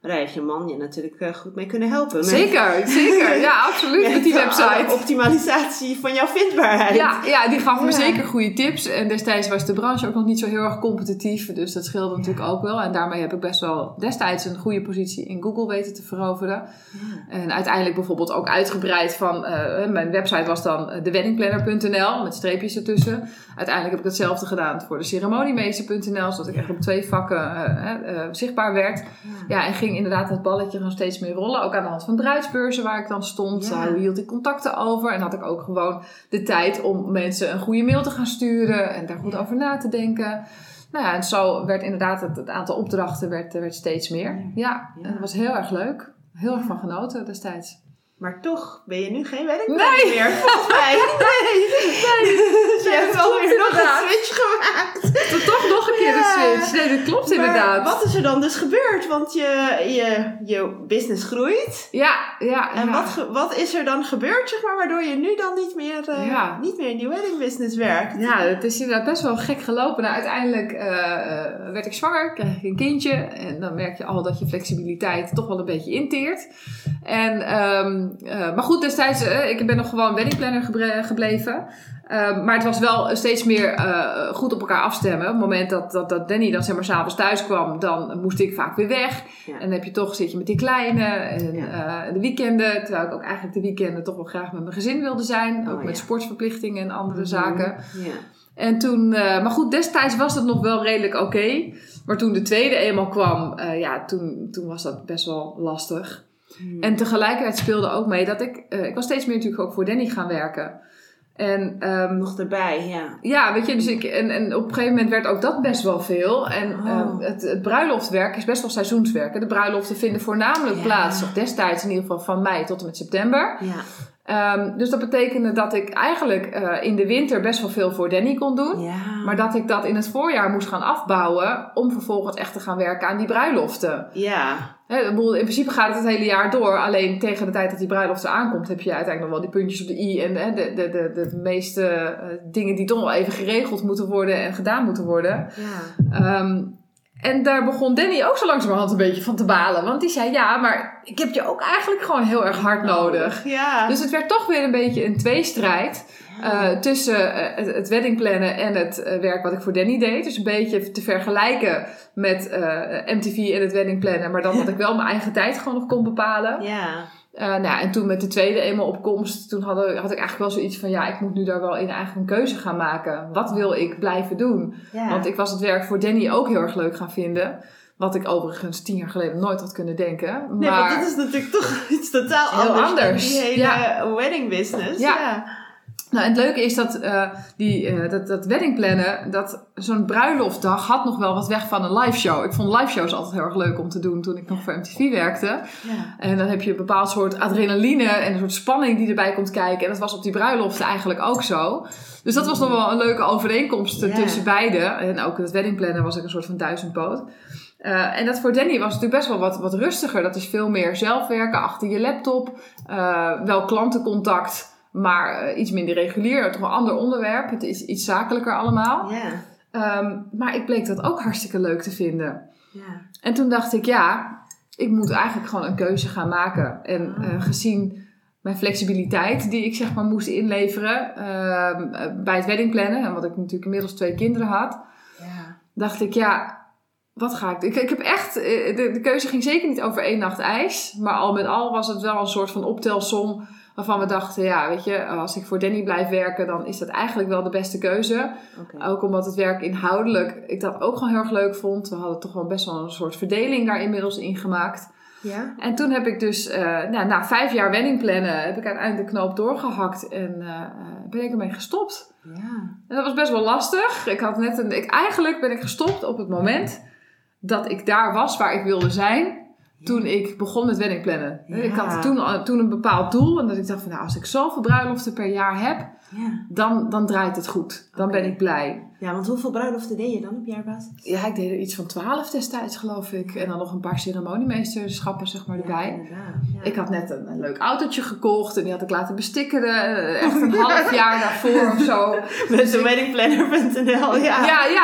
B: daar heeft je man je natuurlijk uh, goed mee kunnen helpen. Met,
C: zeker, zeker. Ja, absoluut. Met, met die website.
B: Optimalisatie van jouw vindbaarheid.
C: Ja, ja die gaf me
B: ja.
C: zeker goede tips. En destijds was de branche ook nog niet zo heel erg competitief. Dus dat scheelde ja. natuurlijk ook wel. En daarmee heb ik best wel destijds een goede positie in Google weten te veroveren. Ja. En uiteindelijk bijvoorbeeld ook uitgebreid van... Uh, mijn website was dan de weddingplanner punt n l met streepjes ertussen. Uiteindelijk heb ik hetzelfde gedaan voor de ceremoniemeester punt n l. Zodat ik echt op twee vakken uh, uh, zichtbaar werd. Ja. ja, en ging inderdaad het balletje gewoon steeds meer rollen. Ook aan de hand van bruidsbeurzen waar ik dan stond. Ja. Hoe hield ik contacten over? En had ik ook gewoon de tijd om mensen een goede mail te gaan sturen. En daar goed ja. over na te denken. Nou ja, en zo werd inderdaad het, het aantal opdrachten werd, werd steeds meer. Ja, ja. En dat was heel erg leuk. Heel erg van genoten destijds.
B: Maar toch ben je nu geen weddingplanner
C: nee.
B: meer, volgens mij. Nee. nee. Dus je hebt wel weer nog een switch gemaakt.
C: Toch nog een keer ja. een switch. Nee, dat klopt maar inderdaad.
B: Wat is er dan dus gebeurd? Want je, je, je business groeit.
C: Ja, ja.
B: En
C: ja.
B: Wat, wat is er dan gebeurd, zeg maar, waardoor je nu dan niet meer, uh, ja. niet meer in die wedding business werkt?
C: Ja, het is inderdaad best wel gek gelopen. Nou, uiteindelijk uh, werd ik zwanger, kreeg ik een kindje. En dan merk je al dat je flexibiliteit toch wel een beetje inteert. En... Um, Uh, maar goed, destijds, uh, ik ben nog gewoon weddingplanner gebre- gebleven. Uh, maar het was wel steeds meer uh, goed op elkaar afstemmen. Op het moment dat, dat, dat Danny dan zeg maar 's avonds thuis kwam, dan moest ik vaak weer weg. Ja. En dan heb je toch, zit je met die kleine en ja. uh, de weekenden. Terwijl ik ook eigenlijk de weekenden toch wel graag met mijn gezin wilde zijn. Ook oh, met ja. sportverplichtingen en andere mm-hmm. zaken. Ja. En toen, uh, maar goed, destijds was het nog wel redelijk oké. Okay. Maar toen de tweede eenmaal kwam, uh, ja, toen, toen was dat best wel lastig. Hmm. En tegelijkertijd speelde ook mee dat ik... Uh, ik was steeds meer natuurlijk ook voor Danny gaan werken. En, um,
B: nog erbij, ja.
C: Ja, weet je, dus ik... En, en op een gegeven moment werd ook dat best wel veel. En oh. um, het, het bruiloftwerk is best wel seizoenswerk. De bruiloften vinden voornamelijk ja. plaats, of destijds in ieder geval van mei tot en met september. Ja. Um, dus dat betekende dat ik eigenlijk uh, in de winter best wel veel voor Danny kon doen. Ja. Maar dat ik dat in het voorjaar moest gaan afbouwen om vervolgens echt te gaan werken aan die bruiloften.
B: Ja.
C: He, in principe gaat het het hele jaar door. Alleen tegen de tijd dat die bruiloft er aankomt heb je uiteindelijk nog wel die puntjes op de i. En he, de, de, de, de meeste uh, dingen die toch wel even geregeld moeten worden en gedaan moeten worden. Ja. Um, En daar begon Danny ook zo langzamerhand een beetje van te balen. Want die zei, ja, maar ik heb je ook eigenlijk gewoon heel erg hard nodig. Ja. Dus het werd toch weer een beetje een tweestrijd. Ja. Uh, tussen uh, het, het weddingplannen en het uh, werk wat ik voor Danny deed. Dus een beetje te vergelijken met uh, M T V en het weddingplannen. Maar dan dat ik wel mijn eigen tijd gewoon nog kon bepalen. Ja. Uh, nou, en toen met de tweede eenmaal opkomst, toen had, had ik eigenlijk wel zoiets van, ja, ik moet nu daar wel in eigenlijk een keuze gaan maken. Wat wil ik blijven doen? Ja. Want ik was het werk voor Danny ook heel erg leuk gaan vinden. Wat ik overigens tien jaar geleden nooit had kunnen denken. Maar
B: nee, want dit is natuurlijk toch iets totaal
C: heel
B: anders,
C: anders.
B: Die hele
C: ja.
B: wedding business.
C: Ja.
B: ja.
C: Nou, en het leuke is dat uh, die, uh, dat, dat weddingplannen, dat zo'n bruiloftdag had nog wel wat weg van een live show. Ik vond live shows altijd heel erg leuk om te doen toen ik nog voor M T V werkte. Ja. En dan heb je een bepaald soort adrenaline en een soort spanning die erbij komt kijken. En dat was op die bruiloften eigenlijk ook zo. Dus dat was nog wel een leuke overeenkomst ja. tussen beide. En ook het weddingplannen was ik een soort van duizendpoot. Uh, en dat voor Danny was natuurlijk best wel wat, wat rustiger. Dat is veel meer zelfwerken achter je laptop. Uh, wel klantencontact. Maar uh, iets minder regulier, toch een ander onderwerp. Het is iets zakelijker allemaal. Yeah. Um, maar ik bleek dat ook hartstikke leuk te vinden. Yeah. En toen dacht ik, ja, ik moet eigenlijk gewoon een keuze gaan maken. En uh, gezien mijn flexibiliteit die ik zeg maar moest inleveren uh, bij het weddingplannen. En wat ik natuurlijk inmiddels twee kinderen had. Yeah. Dacht ik, ja, wat ga ik doen? Ik, ik heb echt, de, de keuze ging zeker niet over één nacht ijs. Maar al met al was het wel een soort van optelsom. Waarvan we dachten, ja, weet je, als ik voor Danny blijf werken, dan is dat eigenlijk wel de beste keuze. Okay. Ook omdat het werk inhoudelijk, ik dat ook gewoon heel erg leuk vond. We hadden toch wel best wel een soort verdeling daar inmiddels in gemaakt. Ja. En toen heb ik dus, uh, nou, na vijf jaar weddingplannen, heb ik uiteindelijk de knoop doorgehakt en uh, ben ik ermee gestopt. Ja. En dat was best wel lastig. Ik had net een, ik, eigenlijk ben ik gestopt op het moment dat ik daar was waar ik wilde zijn. Toen ik begon met weddingplannen. Ja. Ik had toen, toen een bepaald doel. En dat ik dacht van nou, als ik zoveel bruiloften per jaar heb, ja. dan, dan draait het goed. Dan okay. ben ik blij.
B: Ja, want hoeveel bruiloften deed je dan op jaarbasis?
C: Ja, ik deed er iets van twaalf destijds, geloof ik. En dan nog een paar ceremoniemeesterschappen, zeg maar, erbij. Ja, ja. Ik had net een, een leuk autootje gekocht. En die had ik laten bestikkeren. Echt een half jaar daarvoor of zo.
B: Met de weddingplanner punt n l, ja.
C: Ja, ja. En ik had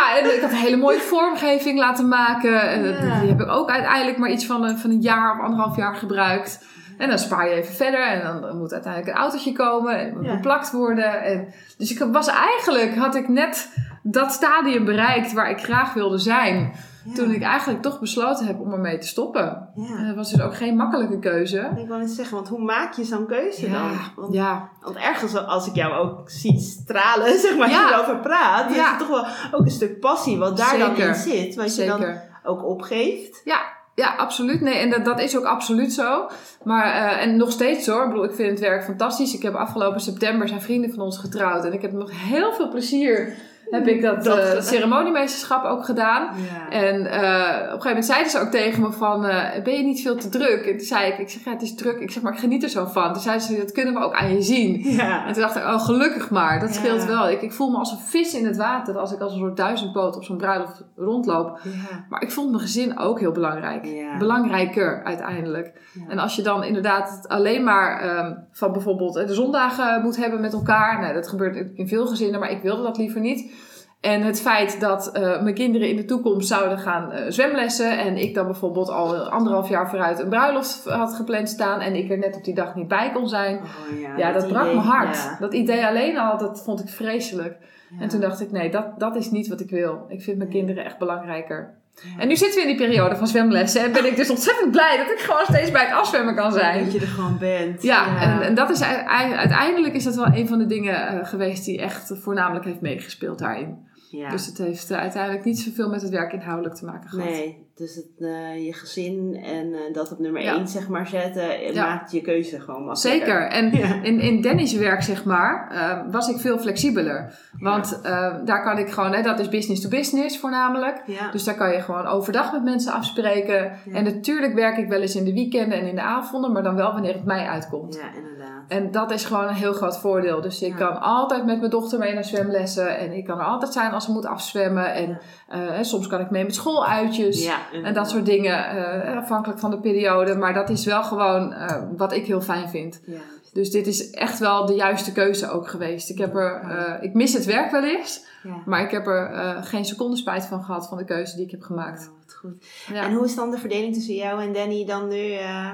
C: een hele mooie vormgeving laten maken. En
B: Ja.
C: die heb ik ook uiteindelijk maar iets van een, van een jaar of anderhalf jaar gebruikt. En dan spaar je even verder en dan, dan moet uiteindelijk een autootje komen en moet
B: Ja.
C: beplakt worden. En, dus ik was eigenlijk, had ik net dat stadium bereikt waar ik graag wilde zijn.
B: Ja.
C: Toen ik eigenlijk toch besloten heb om ermee te stoppen.
B: Ja.
C: En dat was dus ook geen makkelijke keuze.
B: Ik wil eens zeggen, want hoe maak je zo'n keuze
C: Ja,
B: dan? Want,
C: ja.
B: want ergens, als ik jou ook zie stralen, zeg maar,
C: Ja.
B: als je erover praat, is
C: Ja.
B: het toch wel ook een stuk passie wat daar dan
C: Zeker.
B: in zit. Wat je dan
C: Zeker.
B: ook opgeeft.
C: Ja, ja, absoluut. Nee, en dat, dat is ook absoluut zo. Maar, uh, en nog steeds hoor. Ik bedoel, ik vind het werk fantastisch. Ik heb afgelopen september zijn vrienden van ons getrouwd. En ik heb nog heel veel plezier. Heb ik dat,
B: Dat
C: uh,
B: gedaan.
C: ceremoniemeesterschap ook gedaan.
B: Ja.
C: En uh, op een gegeven moment zeiden ze ook tegen me van, uh, ben je niet veel te druk? En toen zei ik, ik zeg, ja, het is druk. Ik zeg, maar ik geniet er zo van. Toen zeiden ze, dat kunnen we ook aan je zien.
B: Ja.
C: En toen dacht ik, oh, gelukkig maar. Dat
B: Ja.
C: scheelt wel. Ik, ik voel me als een vis in het water. Als ik als een soort duizendpoot op zo'n bruiloft rondloop.
B: Ja.
C: Maar ik vond mijn gezin ook heel belangrijk.
B: Ja.
C: Belangrijker uiteindelijk.
B: Ja.
C: En als je dan inderdaad het alleen maar um, van bijvoorbeeld de zondagen moet hebben met elkaar. Nou, dat gebeurt in veel gezinnen, maar ik wilde dat liever niet. En het feit dat uh, mijn kinderen in de toekomst zouden gaan uh, zwemlessen. En ik dan bijvoorbeeld al anderhalf jaar vooruit een bruiloft had gepland staan. En ik er net op die dag niet bij kon zijn.
B: Oh, ja,
C: Ja, dat, dat brak
B: idee,
C: mijn hart.
B: Ja.
C: Dat idee alleen al, dat vond ik vreselijk.
B: Ja.
C: En toen dacht ik, nee, dat, dat is niet wat ik wil. Ik vind mijn kinderen echt belangrijker.
B: Ja.
C: En nu zitten we in die periode van zwemlessen. En ben ik dus ontzettend blij dat ik gewoon steeds bij het afzwemmen kan zijn.
B: Dat je er gewoon bent.
C: Ja,
B: Ja.
C: En, en dat is uiteindelijk is dat wel een van de dingen uh, geweest die echt voornamelijk heeft meegespeeld daarin.
B: Ja.
C: Dus het heeft uh, uiteindelijk niet zoveel met het werk inhoudelijk te maken gehad.
B: Nee, dus het, uh, je gezin en uh, dat op nummer
C: Ja.
B: één zeg maar zetten,
C: Ja.
B: maakt je keuze gewoon makkelijker.
C: Zeker. En
B: Ja.
C: in, in Danny's werk, zeg maar, uh, was ik veel flexibeler. Want uh, daar kan ik gewoon, hè, dat is business to business voornamelijk.
B: Ja.
C: Dus daar kan je gewoon overdag met mensen afspreken.
B: Ja.
C: En natuurlijk werk ik wel eens in de weekenden en in de avonden, maar dan wel wanneer het mij uitkomt.
B: Ja, inderdaad.
C: En dat is gewoon een heel groot voordeel. Dus ik
B: Ja.
C: kan altijd met mijn dochter mee naar zwemlessen. En ik kan er altijd zijn als ze moet afzwemmen. En uh, soms kan ik mee met schooluitjes.
B: Ja,
C: En dat soort dingen, uh, afhankelijk van de periode. Maar dat is wel gewoon uh, wat ik heel fijn vind.
B: Ja.
C: Dus dit is echt wel de juiste keuze ook geweest. Ik, heb er, uh, ik mis het werk wel eens.
B: Ja.
C: Maar ik heb er uh, geen seconde spijt van gehad van de keuze die ik heb gemaakt.
B: Oh, wat goed.
C: Ja.
B: En hoe is dan de verdeling tussen jou en Danny dan nu? Uh, uh,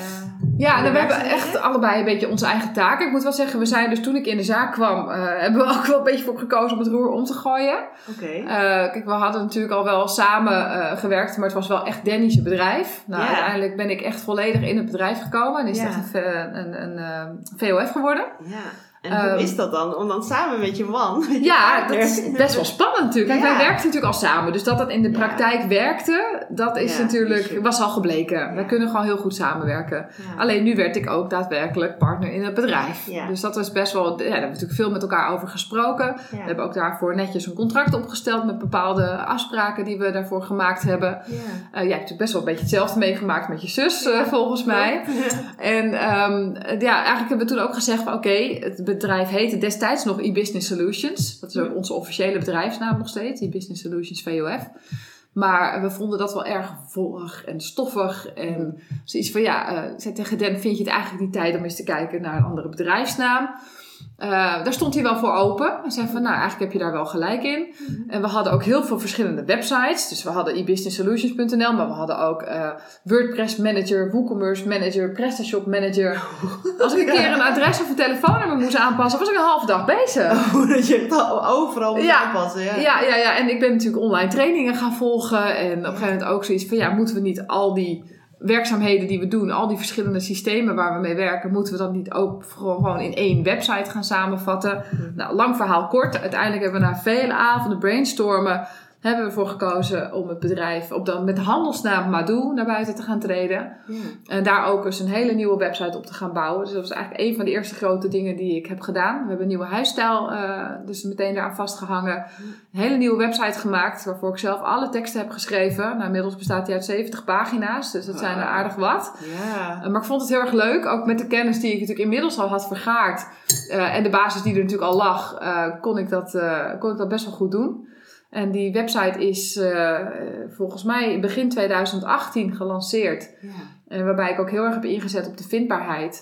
C: Ja,
B: in
C: nou,
B: de
C: we hebben
B: werkzaamheden?
C: echt allebei een beetje onze eigen taken. Ik moet wel zeggen, we zijn dus toen ik in de zaak kwam, uh, hebben we ook wel een beetje voor gekozen om het roer om te gooien.
B: Oké.
C: Uh, kijk, we hadden natuurlijk al wel samen uh, gewerkt, maar het was wel echt Danny's bedrijf. Nou,
B: Ja.
C: uiteindelijk ben ik echt volledig in het bedrijf gekomen en is
B: Ja.
C: het echt een, een, een, een V O F geworden.
B: Ja. En hoe
C: Um,
B: is dat dan? Om dan samen met je man, met je
C: Ja,
B: partner-
C: dat is best wel spannend natuurlijk. Kijk,
B: Ja.
C: wij werkten natuurlijk al samen. Dus dat dat in de
B: Ja.
C: praktijk werkte, dat is
B: Ja,
C: natuurlijk,
B: dus-
C: was al gebleken.
B: Ja.
C: Wij kunnen gewoon heel goed samenwerken.
B: Ja.
C: Alleen nu werd ik ook daadwerkelijk partner in het bedrijf.
B: Ja.
C: Dus dat was best wel, ja, daar hebben we natuurlijk veel met elkaar over gesproken.
B: Ja.
C: We hebben ook daarvoor netjes een contract opgesteld met bepaalde afspraken die we daarvoor gemaakt hebben.
B: Ja.
C: Uh, jij hebt natuurlijk best wel een beetje hetzelfde meegemaakt met je zus, uh, volgens mij. En um, ja, eigenlijk hebben we toen ook gezegd van oké, okay, het bedrijf heette destijds nog e-Business Solutions. Dat is ook onze officiële bedrijfsnaam nog steeds, e-Business Solutions V O F. Maar we vonden dat wel erg volg en stoffig. En zoiets van ja, uh, ik zei tegen Dan, vind je het eigenlijk niet tijd om eens te kijken naar een andere bedrijfsnaam? Uh, daar stond hij wel voor open. Hij zei van, nou, eigenlijk heb je daar wel gelijk in. Mm-hmm. En we hadden ook heel veel verschillende websites. Dus we hadden e business solutions punt n l, maar we hadden ook uh, WordPress Manager, WooCommerce Manager, PrestaShop Manager. Als ik een keer een adres of een telefoonnummer moest aanpassen, was ik een halve dag bezig.
B: Oh, dat je het overal moet
C: Ja.
B: aanpassen. Ja.
C: Ja, ja, ja. En ik ben natuurlijk online trainingen gaan volgen. En op een gegeven moment ook zoiets van, ja, moeten we niet al die werkzaamheden die we doen, al die verschillende systemen waar we mee werken, moeten we dat niet ook gewoon in één website gaan samenvatten? Mm. Nou, lang verhaal kort. Uiteindelijk hebben we na vele avonden brainstormen, hebben we ervoor gekozen om het bedrijf op dan met de handelsnaam Madou naar buiten te gaan treden.
B: Ja.
C: En daar ook eens een hele nieuwe website op te gaan bouwen. Dus dat was eigenlijk een van de eerste grote dingen die ik heb gedaan. We hebben een nieuwe huisstijl uh, dus meteen daaraan vastgehangen. Een hele nieuwe website gemaakt waarvoor ik zelf alle teksten heb geschreven. Nou, inmiddels bestaat die uit zeventig pagina's, dus dat zijn er aardig wat.
B: Ja.
C: Uh, maar ik vond het heel erg leuk, ook met de kennis die ik natuurlijk inmiddels al had vergaard. Uh, en de basis die er natuurlijk al lag, uh, kon, ik dat, uh, kon ik dat best wel goed doen. En die website is uh, volgens mij begin twintig achttien gelanceerd.
B: Ja.
C: En waarbij ik ook heel erg heb ingezet op de vindbaarheid.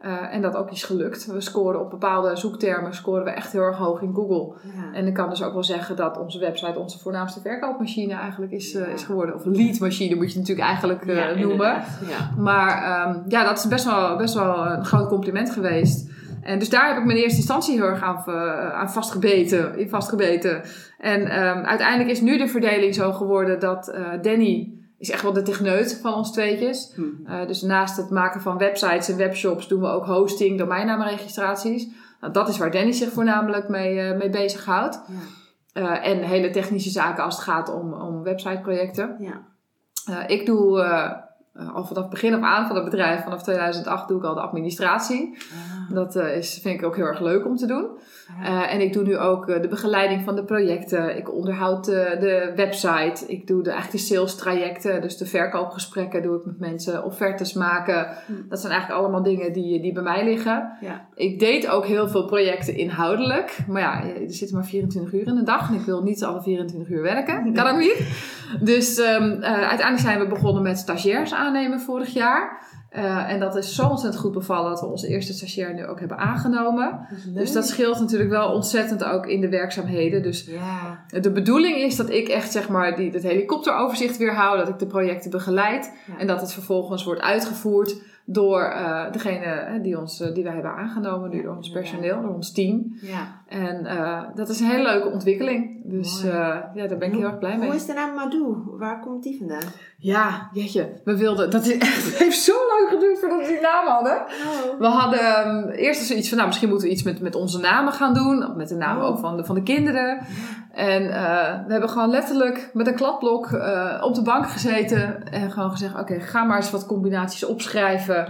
C: Uh, en dat ook is gelukt. We scoren op bepaalde zoektermen scoren we echt heel erg hoog in Google. Ja. En ik kan dus ook wel zeggen dat onze website onze voornaamste verkoopmachine eigenlijk is, ja. uh, is geworden. Of leadmachine moet je het natuurlijk eigenlijk uh, ja, noemen. Ja. Maar um, ja, dat is best wel, best wel een groot compliment geweest. En dus daar heb ik me in eerste instantie heel erg aan, uh, aan vastgebeten, in vastgebeten. En um, uiteindelijk is nu de verdeling zo geworden dat uh, Danny is echt wel de techneut van ons tweetjes. Hmm. Uh, dus naast het maken van websites en webshops doen we ook hosting, domeinnaamregistraties. Nou, dat is waar Danny zich voornamelijk mee, uh, mee bezighoudt. Ja. Uh, en hele technische zaken als het gaat om, om websiteprojecten. Ja. Uh, ik doe uh, uh, al vanaf het begin af aan van het bedrijf, vanaf tweeduizend acht doe ik al de administratie. Ah. Dat uh, is, vind ik ook heel erg leuk om te doen. Uh, en ik doe nu ook uh, de begeleiding van de projecten. Ik onderhoud uh, de website. Ik doe de, eigenlijk de sales trajecten. Dus de verkoopgesprekken doe ik met mensen. Offertes maken. Hmm. Dat zijn eigenlijk allemaal dingen die, die bij mij liggen. Ja. Ik deed ook heel veel projecten inhoudelijk. Maar ja, er zitten maar vierentwintig uur in de dag. En ik wil niet alle vierentwintig uur werken. Kan ook niet. Dus um, uh, uiteindelijk zijn we begonnen met stagiairs aannemen vorig jaar. Uh, en dat is zo ontzettend goed bevallen dat we onze eerste stagiair nu ook hebben aangenomen. Dat dus dat scheelt natuurlijk wel ontzettend ook in de werkzaamheden. Dus ja. de bedoeling is dat ik echt zeg maar die, het helikopteroverzicht weer hou. Dat ik de projecten begeleid. Ja. En dat het vervolgens wordt uitgevoerd door uh, degene die, ons, uh, die wij hebben aangenomen. Ja. Door ons personeel, door ons team. Ja. En uh, dat is een hele leuke ontwikkeling. Dus uh, ja, daar ben ik heel erg blij mee.
B: Hoe is de naam Madou? Waar komt die vandaan?
C: Ja, jeetje. We wilden... Dat is echt, het heeft zo lang geduurd voordat we die naam hadden. Oh. We hadden um, eerst zoiets van... Nou, misschien moeten we iets met, met onze namen gaan doen. Met de namen oh. ook van de, van de kinderen. Ja. En uh, we hebben gewoon letterlijk met een kladblok uh, op de bank gezeten. En gewoon gezegd... Oké, okay, ga maar eens wat combinaties opschrijven.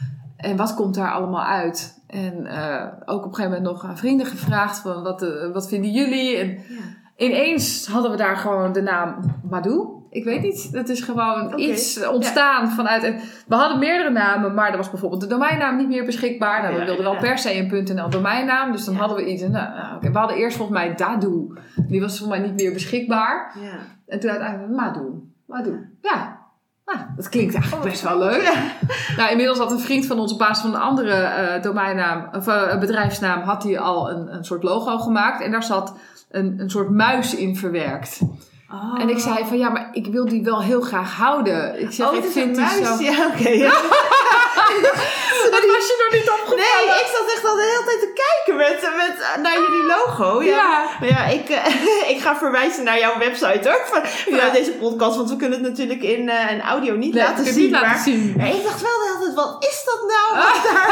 C: En wat komt daar allemaal uit? En uh, ook op een gegeven moment nog aan vrienden gevraagd... van wat, uh, wat vinden jullie? En ja. ineens hadden we daar gewoon de naam Madou. Ik weet niet. Dat is gewoon okay. iets ontstaan ja. vanuit... En we hadden meerdere namen, maar er was bijvoorbeeld de domeinnaam niet meer beschikbaar. Nou, we ja, wilden wel ja. per se een .nl domeinnaam. Dus dan ja. hadden we iets. En, nou, okay. We hadden eerst volgens mij Dadou. Die was volgens mij niet meer beschikbaar. Ja. En toen uiteindelijk Madou. Madou. Ja. Nou, dat klinkt eigenlijk best wel leuk. Ja. Nou, inmiddels had een vriend van ons op basis van een andere uh, domeinnaam, of uh, bedrijfsnaam, had hij al een, een soort logo gemaakt. En daar zat een, een soort muis in verwerkt. Oh. En ik zei van ja, maar ik wil die wel heel graag houden. Ik zeg,
B: oh,
C: ik vind
B: die muis.
C: Zo...
B: Ja, oké. Okay, ja.
C: Dat was je nog niet opgevallen.
B: Nee, ik zat echt al de hele tijd te kijken met, met, naar jullie logo. Ja, ja. Maar ja ik, uh, ik ga verwijzen naar jouw website hoor. Van, vanuit ja. deze podcast. Want we kunnen het natuurlijk in uh, een audio niet nee, laten zien. Niet
C: laten
B: maar
C: zien.
B: ik dacht wel de hele tijd, wat is dat nou? Wat daar?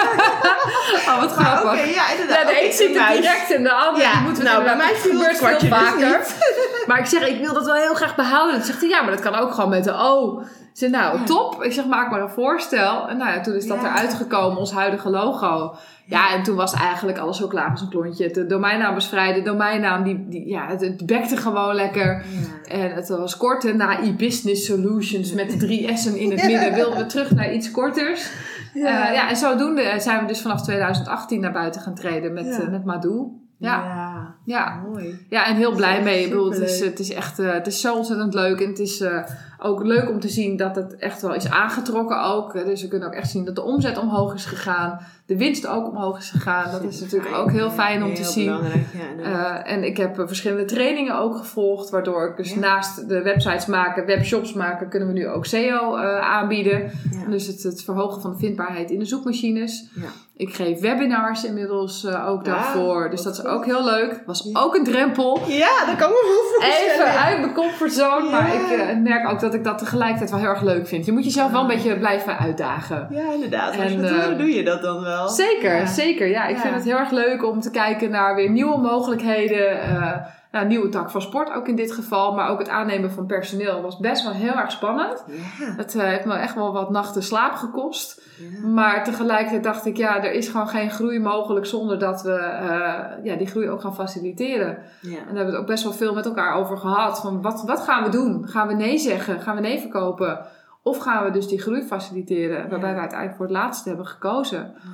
C: Oh, wat grappig.
B: Okay, ja, inderdaad.
C: Ja, de
B: okay,
C: een ziet het direct en de ander ja, moeten we
B: nou, bij mij viel het
C: veel vaker.
B: Dus
C: maar ik zeg, ik wil dat wel heel graag behouden. Dan zegt hij, ja, maar dat kan ook gewoon met de O. Ik zeg, nou, ja. top. Ik zeg, maak maar een voorstel. En nou ja, toen is dat ja. eruit gekomen, ons huidige logo. Ja, en toen was eigenlijk alles zo klaar als een klontje. De domeinnaam was vrij. De domeinnaam, die, die, ja, het, het bekte gewoon lekker. Ja. En het was kort. En na e-business solutions met de drie S'en in het ja. midden wilden we terug naar iets korters. Ja. Uh, ja, en zodoende zijn we dus vanaf twintig achttien naar buiten gaan treden met, ja. uh, met Madou. Ja.
B: Ja,
C: ja,
B: mooi.
C: Ja, en heel blij mee. Ik bedoel, het, is, het is echt uh, het is zo ontzettend leuk. En het is uh, ook leuk om te zien dat het echt wel is aangetrokken ook. Dus we kunnen ook echt zien dat de omzet omhoog is gegaan. De winst ook omhoog is gegaan. Dat is natuurlijk fijn. Ook heel fijn om heel te zien. Ja, uh, en ik heb uh, verschillende trainingen ook gevolgd. Waardoor ik dus ja. naast de websites maken, webshops maken, kunnen we nu ook S E O uh, aanbieden. Ja. Dus het, het verhogen van de vindbaarheid in de zoekmachines. Ja. Ik geef webinars inmiddels uh, ook ja, daarvoor. Dus dat is ook heel leuk. Was ja. ook een drempel.
B: Ja, dat kan me wel voorstellen.
C: Even uit mijn comfortzone. Ja. Maar ik uh, merk ook dat ik dat tegelijkertijd wel heel erg leuk vind. Je moet jezelf wel een beetje blijven uitdagen.
B: Ja, inderdaad. Als je het uh, doe je dat dan wel.
C: Zeker, ja. zeker. Ja, ik ja. vind het heel erg leuk om te kijken naar weer nieuwe mogelijkheden. Uh, nou, nieuwe tak van sport ook in dit geval. Maar ook het aannemen van personeel was best wel heel erg spannend. Ja. Het uh, heeft me echt wel wat nachten slaap gekost. Ja. Maar tegelijkertijd dacht ik, ja, er is gewoon geen groei mogelijk zonder dat we uh, ja, die groei ook gaan faciliteren. Ja. En daar hebben we het ook best wel veel met elkaar over gehad. Van wat, wat gaan we doen? Gaan we nee zeggen? Gaan we nee verkopen? Of gaan we dus die groei faciliteren? Ja. Waarbij we uiteindelijk voor het laatste hebben gekozen. Ja.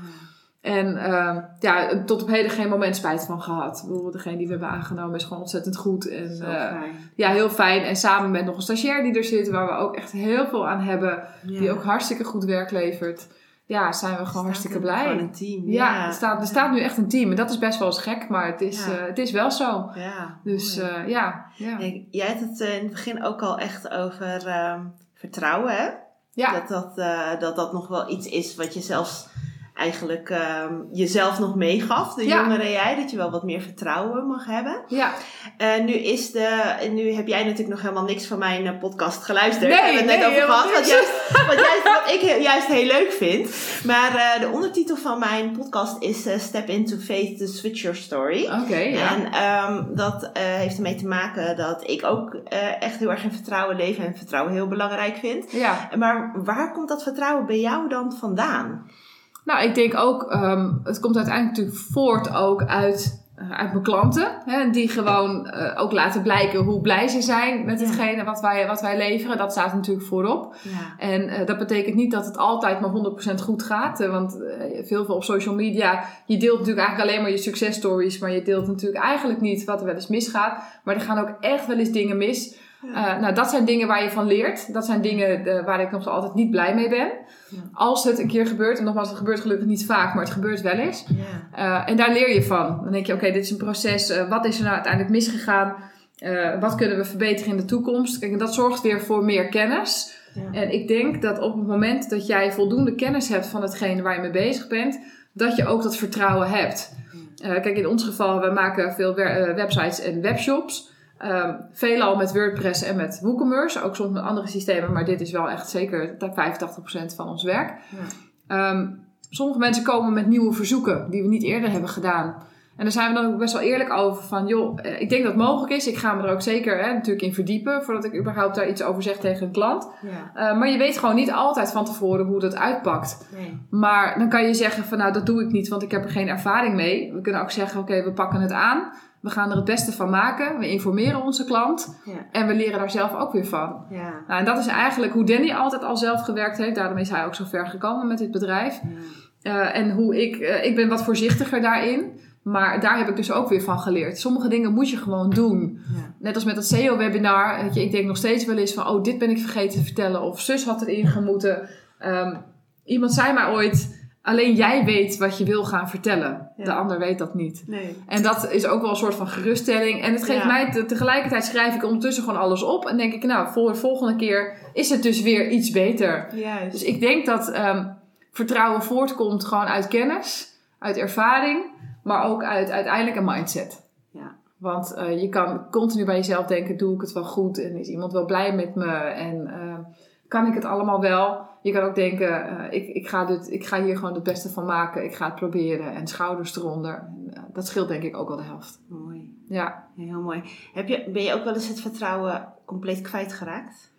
C: En uh, ja, tot op heden geen moment spijt van gehad. Bijvoorbeeld degene die we hebben aangenomen is gewoon ontzettend goed. En, uh, fijn. Ja, heel fijn. En samen met nog een stagiair die er zit, waar we ook echt heel veel aan hebben. Ja. Die ook hartstikke goed werk levert. ja, zijn we gewoon hartstikke
B: er
C: blij.
B: Gewoon een team.
C: Ja,
B: ja.
C: er, staat, er staat nu echt een team. En dat is best wel eens gek, maar het is,
B: Ja.
C: uh, het is wel zo.
B: Ja,
C: dus uh, ja. ja.
B: Ja, jij had het uh, in het begin ook al echt over uh, vertrouwen, hè?
C: Ja.
B: Dat dat, uh, dat dat nog wel iets is wat je zelfs eigenlijk um, jezelf nog meegaf, de
C: ja.
B: jongere jij, dat je wel wat meer vertrouwen mag hebben.
C: Ja.
B: Uh, nu, is de, nu heb jij natuurlijk nog helemaal niks van mijn uh, podcast geluisterd.
C: Nee,
B: we hebben het
C: nee,
B: net over gehad. Wat, juist, wat, juist, wat ik juist heel leuk vind. Maar uh, de ondertitel van mijn podcast is uh, Step into Faith to Switch Your Story.
C: Oké, okay, ja.
B: En um, dat uh, heeft ermee te maken dat ik ook uh, echt heel erg in vertrouwen leef en vertrouwen heel belangrijk vind.
C: Ja.
B: Maar waar komt dat vertrouwen bij jou dan vandaan?
C: Nou, ik denk ook, um, het komt uiteindelijk natuurlijk voort ook uit, uh, uit mijn klanten. Hè, die gewoon uh, ook laten blijken hoe blij ze zijn met hetgene ja. wat, wij, wat wij leveren. Dat staat natuurlijk voorop.
B: Ja.
C: En uh, dat betekent niet dat het altijd maar honderd procent goed gaat. Uh, want uh, veel, veel op social media, je deelt natuurlijk eigenlijk alleen maar je successtories. Maar je deelt natuurlijk eigenlijk niet wat er wel eens misgaat. Maar er gaan ook echt wel eens dingen mis. Ja. Uh, nou, dat zijn dingen waar je van leert. Dat zijn dingen uh, waar ik nog altijd niet blij mee ben. Ja. Als het een keer gebeurt, en nogmaals, het gebeurt gelukkig niet vaak, maar het gebeurt wel eens. Ja. Uh, en daar leer je van. Dan denk je, oké, okay, dit is een proces. Uh, wat is er nou uiteindelijk misgegaan? Uh, wat kunnen we verbeteren in de toekomst? Kijk, en dat zorgt weer voor meer kennis. Ja. En ik denk dat op het moment dat jij voldoende kennis hebt van hetgene waar je mee bezig bent, dat je ook dat vertrouwen hebt. Uh, kijk, in ons geval, we maken veel wer- uh, websites en webshops. Um, veelal met WordPress en met WooCommerce. Ook soms met andere systemen. Maar dit is wel echt zeker vijfentachtig procent van ons werk. Ja. Um, sommige mensen komen met nieuwe verzoeken. Die we niet eerder hebben gedaan. En daar zijn we dan ook best wel eerlijk over. Van joh, ik denk dat het mogelijk is. Ik ga me er ook zeker hè, natuurlijk in verdiepen. Voordat ik überhaupt daar iets over zeg tegen een klant. Ja. Uh, maar je weet gewoon niet altijd van tevoren hoe dat uitpakt. Nee. Maar dan kan je zeggen van nou dat doe ik niet. Want ik heb er geen ervaring mee. We kunnen ook zeggen oké, okay, we pakken het aan. We gaan er het beste van maken. We informeren onze klant. Ja. En we leren daar zelf ook weer van. Ja. Nou, en dat is eigenlijk hoe Danny altijd al zelf gewerkt heeft. Daarom is hij ook zo ver gekomen met dit bedrijf. Ja. Uh, en hoe ik... Uh, ik ben wat voorzichtiger daarin. Maar daar heb ik dus ook weer van geleerd. Sommige dingen moet je gewoon doen. Ja. Net als met dat S E O-webinar. Weet je, ik denk nog steeds wel eens van... Oh, dit ben ik vergeten te vertellen. Of zus had erin gemoeten. Um, iemand zei mij ooit... Alleen jij weet wat je wil gaan vertellen. Ja. De ander weet dat niet. Nee. En dat is ook wel een soort van geruststelling. En het geeft ja. mij te, tegelijkertijd schrijf ik ondertussen gewoon alles op. En denk ik, nou, voor de volgende keer is het dus weer iets beter. Juist. Dus ik denk dat um, vertrouwen voortkomt gewoon uit kennis, uit ervaring, maar ook uit uiteindelijk een mindset. Ja. Want uh, je kan continu bij jezelf denken, doe ik het wel goed? En is iemand wel blij met me? En uh, kan ik het allemaal wel? Je kan ook denken, uh, ik, ik, ga dit, ik ga hier gewoon het beste van maken. Ik ga het proberen. En schouders eronder. En, uh, dat scheelt denk ik ook wel de helft.
B: Mooi.
C: Ja.
B: Heel mooi. Heb je, ben je ook wel eens het vertrouwen compleet kwijtgeraakt?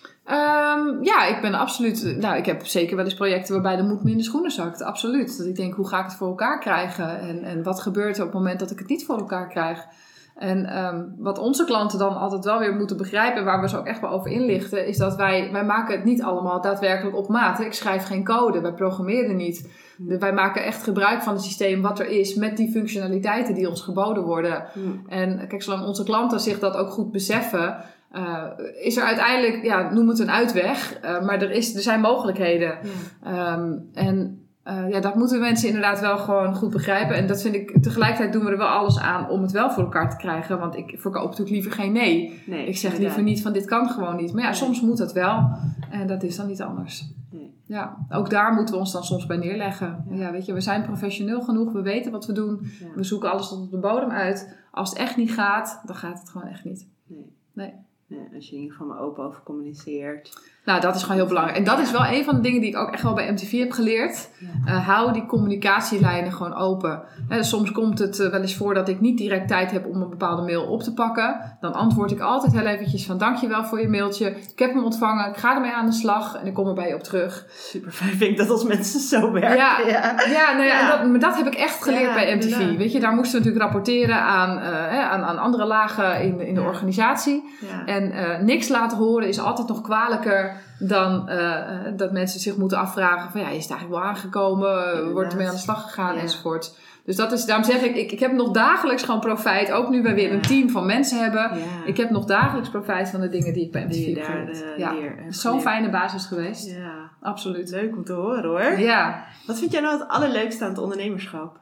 C: Um, ja, ik ben absoluut... Nou, ik heb zeker wel eens projecten waarbij de moed me in de schoenen zakt. Absoluut. Dat ik denk, hoe ga ik het voor elkaar krijgen? En, en wat gebeurt er op het moment dat ik het niet voor elkaar krijg? En um, wat onze klanten dan altijd wel weer moeten begrijpen... waar we ze ook echt wel over inlichten... is dat wij, wij maken het niet allemaal daadwerkelijk op maat. Ik schrijf geen code, wij programmeren niet. Mm. Wij maken echt gebruik van het systeem wat er is... met die functionaliteiten die ons geboden worden. Mm. En kijk, zolang onze klanten zich dat ook goed beseffen... Uh, is er uiteindelijk, ja, noem het een uitweg... Uh, maar er, is, er zijn mogelijkheden. Ja. Um, en... Uh, ja, dat moeten mensen inderdaad wel gewoon goed begrijpen. En dat vind ik, tegelijkertijd doen we er wel alles aan om het wel voor elkaar te krijgen. Want ik verkoop natuurlijk liever geen nee. nee ik zeg liever niet van dit kan gewoon niet. Maar ja, nee. soms moet dat wel. En dat is dan niet anders. Nee. Ja, ook daar moeten we ons dan soms bij neerleggen. Ja. Ja, weet je, we zijn professioneel genoeg. We weten wat we doen. Ja. We zoeken alles tot op de bodem uit. Als het echt niet gaat, dan gaat het gewoon echt niet.
B: Nee.
C: Nee.
B: Nee, als je in ieder geval maar open over communiceert.
C: Nou, dat is gewoon heel belangrijk. En dat is wel een van de dingen die ik ook echt wel bij M T V heb geleerd. Ja. Uh, hou die communicatielijnen gewoon open. He, soms komt het uh, wel eens voor dat ik niet direct tijd heb om een bepaalde mail op te pakken. Dan antwoord ik altijd heel eventjes van dankjewel voor je mailtje. Ik heb hem ontvangen, ik ga ermee aan de slag en ik kom er bij je op terug.
B: Super fijn vind ik dat als mensen zo werken.
C: Ja, ja. ja, nou ja, ja. En dat, maar dat heb ik echt geleerd ja, bij M T V. Ja. Weet je, daar moesten we natuurlijk rapporteren aan, uh, aan, aan andere lagen in, in de ja. organisatie. Ja. En uh, niks laten horen is altijd nog kwalijker dan uh, dat mensen zich moeten afvragen van ja, is het eigenlijk wel aangekomen? Ja, wordt er mee aan de slag gegaan ja. enzovoort. Dus dat is, daarom zeg ik, ik, ik heb nog dagelijks gewoon profijt. Ook nu wij weer ja. een team van mensen hebben. Ja. Ik heb nog dagelijks profijt van de dingen die ik bij M T V heb geleerd. Ja, zo'n fijne basis geweest.
B: Ja,
C: absoluut.
B: Leuk om te horen hoor.
C: Ja.
B: Wat vind jij nou het allerleukste aan het ondernemerschap?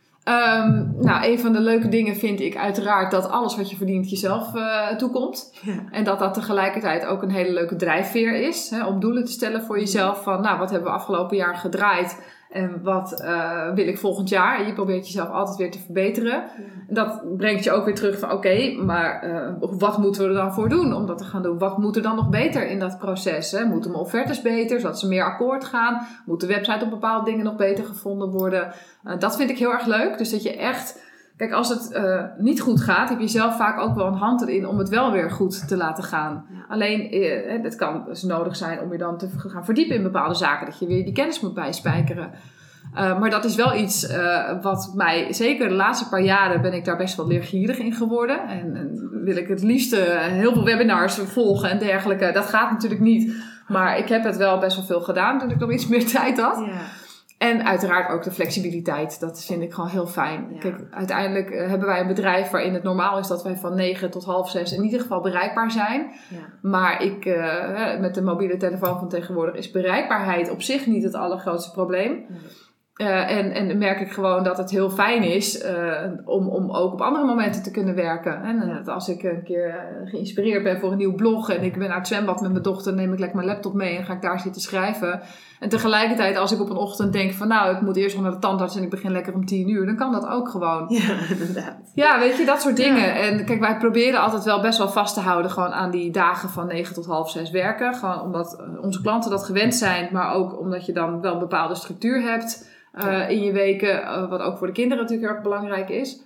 C: Um, nou, een van de leuke dingen vind ik uiteraard dat alles wat je verdient jezelf uh, toekomt.
B: Ja.
C: En dat dat tegelijkertijd ook een hele leuke drijfveer is. Hè, om doelen te stellen voor jezelf. Van, nou, wat hebben we afgelopen jaar gedraaid? En wat uh, wil ik volgend jaar? En je probeert jezelf altijd weer te verbeteren. Ja. En dat brengt je ook weer terug van, oké, okay, maar uh, wat moeten we er dan voor doen om dat te gaan doen? Wat moet er dan nog beter in dat proces? Hè? Moeten mijn offertes beter, zodat ze meer akkoord gaan? Moet de website op bepaalde dingen nog beter gevonden worden? Uh, dat vind ik heel erg leuk. Dus dat je echt... Kijk, als het uh, niet goed gaat, heb je zelf vaak ook wel een hand erin om het wel weer goed te laten gaan. Ja. Alleen, uh, het kan dus nodig zijn om je dan te gaan verdiepen in bepaalde zaken. Dat je weer die kennis moet bijspijkeren. Uh, maar dat is wel iets uh, wat mij, zeker de laatste paar jaren ben ik daar best wel leergierig in geworden. En, en wil ik het liefst uh, heel veel webinars volgen en dergelijke. Dat gaat natuurlijk niet. Maar ik heb het wel best wel veel gedaan toen ik nog iets meer tijd had. Ja. En uiteraard ook de flexibiliteit. Dat vind ik gewoon heel fijn. Ja. Kijk, uiteindelijk uh, hebben wij een bedrijf waarin het normaal is dat wij van negen tot half zes in ieder geval bereikbaar zijn. Ja. Maar ik, uh, met de mobiele telefoon van tegenwoordig is bereikbaarheid op zich niet het allergrootste probleem. Ja. Uh, en, en merk ik gewoon dat het heel fijn is uh, om, om ook op andere momenten te kunnen werken. En uh, als ik een keer uh, geïnspireerd ben voor een nieuw blog en ik ben uit het zwembad met mijn dochter, neem ik lekker mijn laptop mee en ga ik daar zitten schrijven. En tegelijkertijd als ik op een ochtend denk van nou, ik moet eerst nog naar de tandarts en ik begin lekker om tien uur, dan kan dat ook gewoon.
B: Ja, inderdaad.
C: Ja, weet je, dat soort dingen. Ja. En kijk, wij proberen altijd wel best wel vast te houden gewoon aan die dagen van negen tot half zes werken. Gewoon omdat onze klanten dat gewend zijn, maar ook omdat je dan wel een bepaalde structuur hebt. Uh, in je weken, uh, wat ook voor de kinderen natuurlijk heel erg belangrijk is.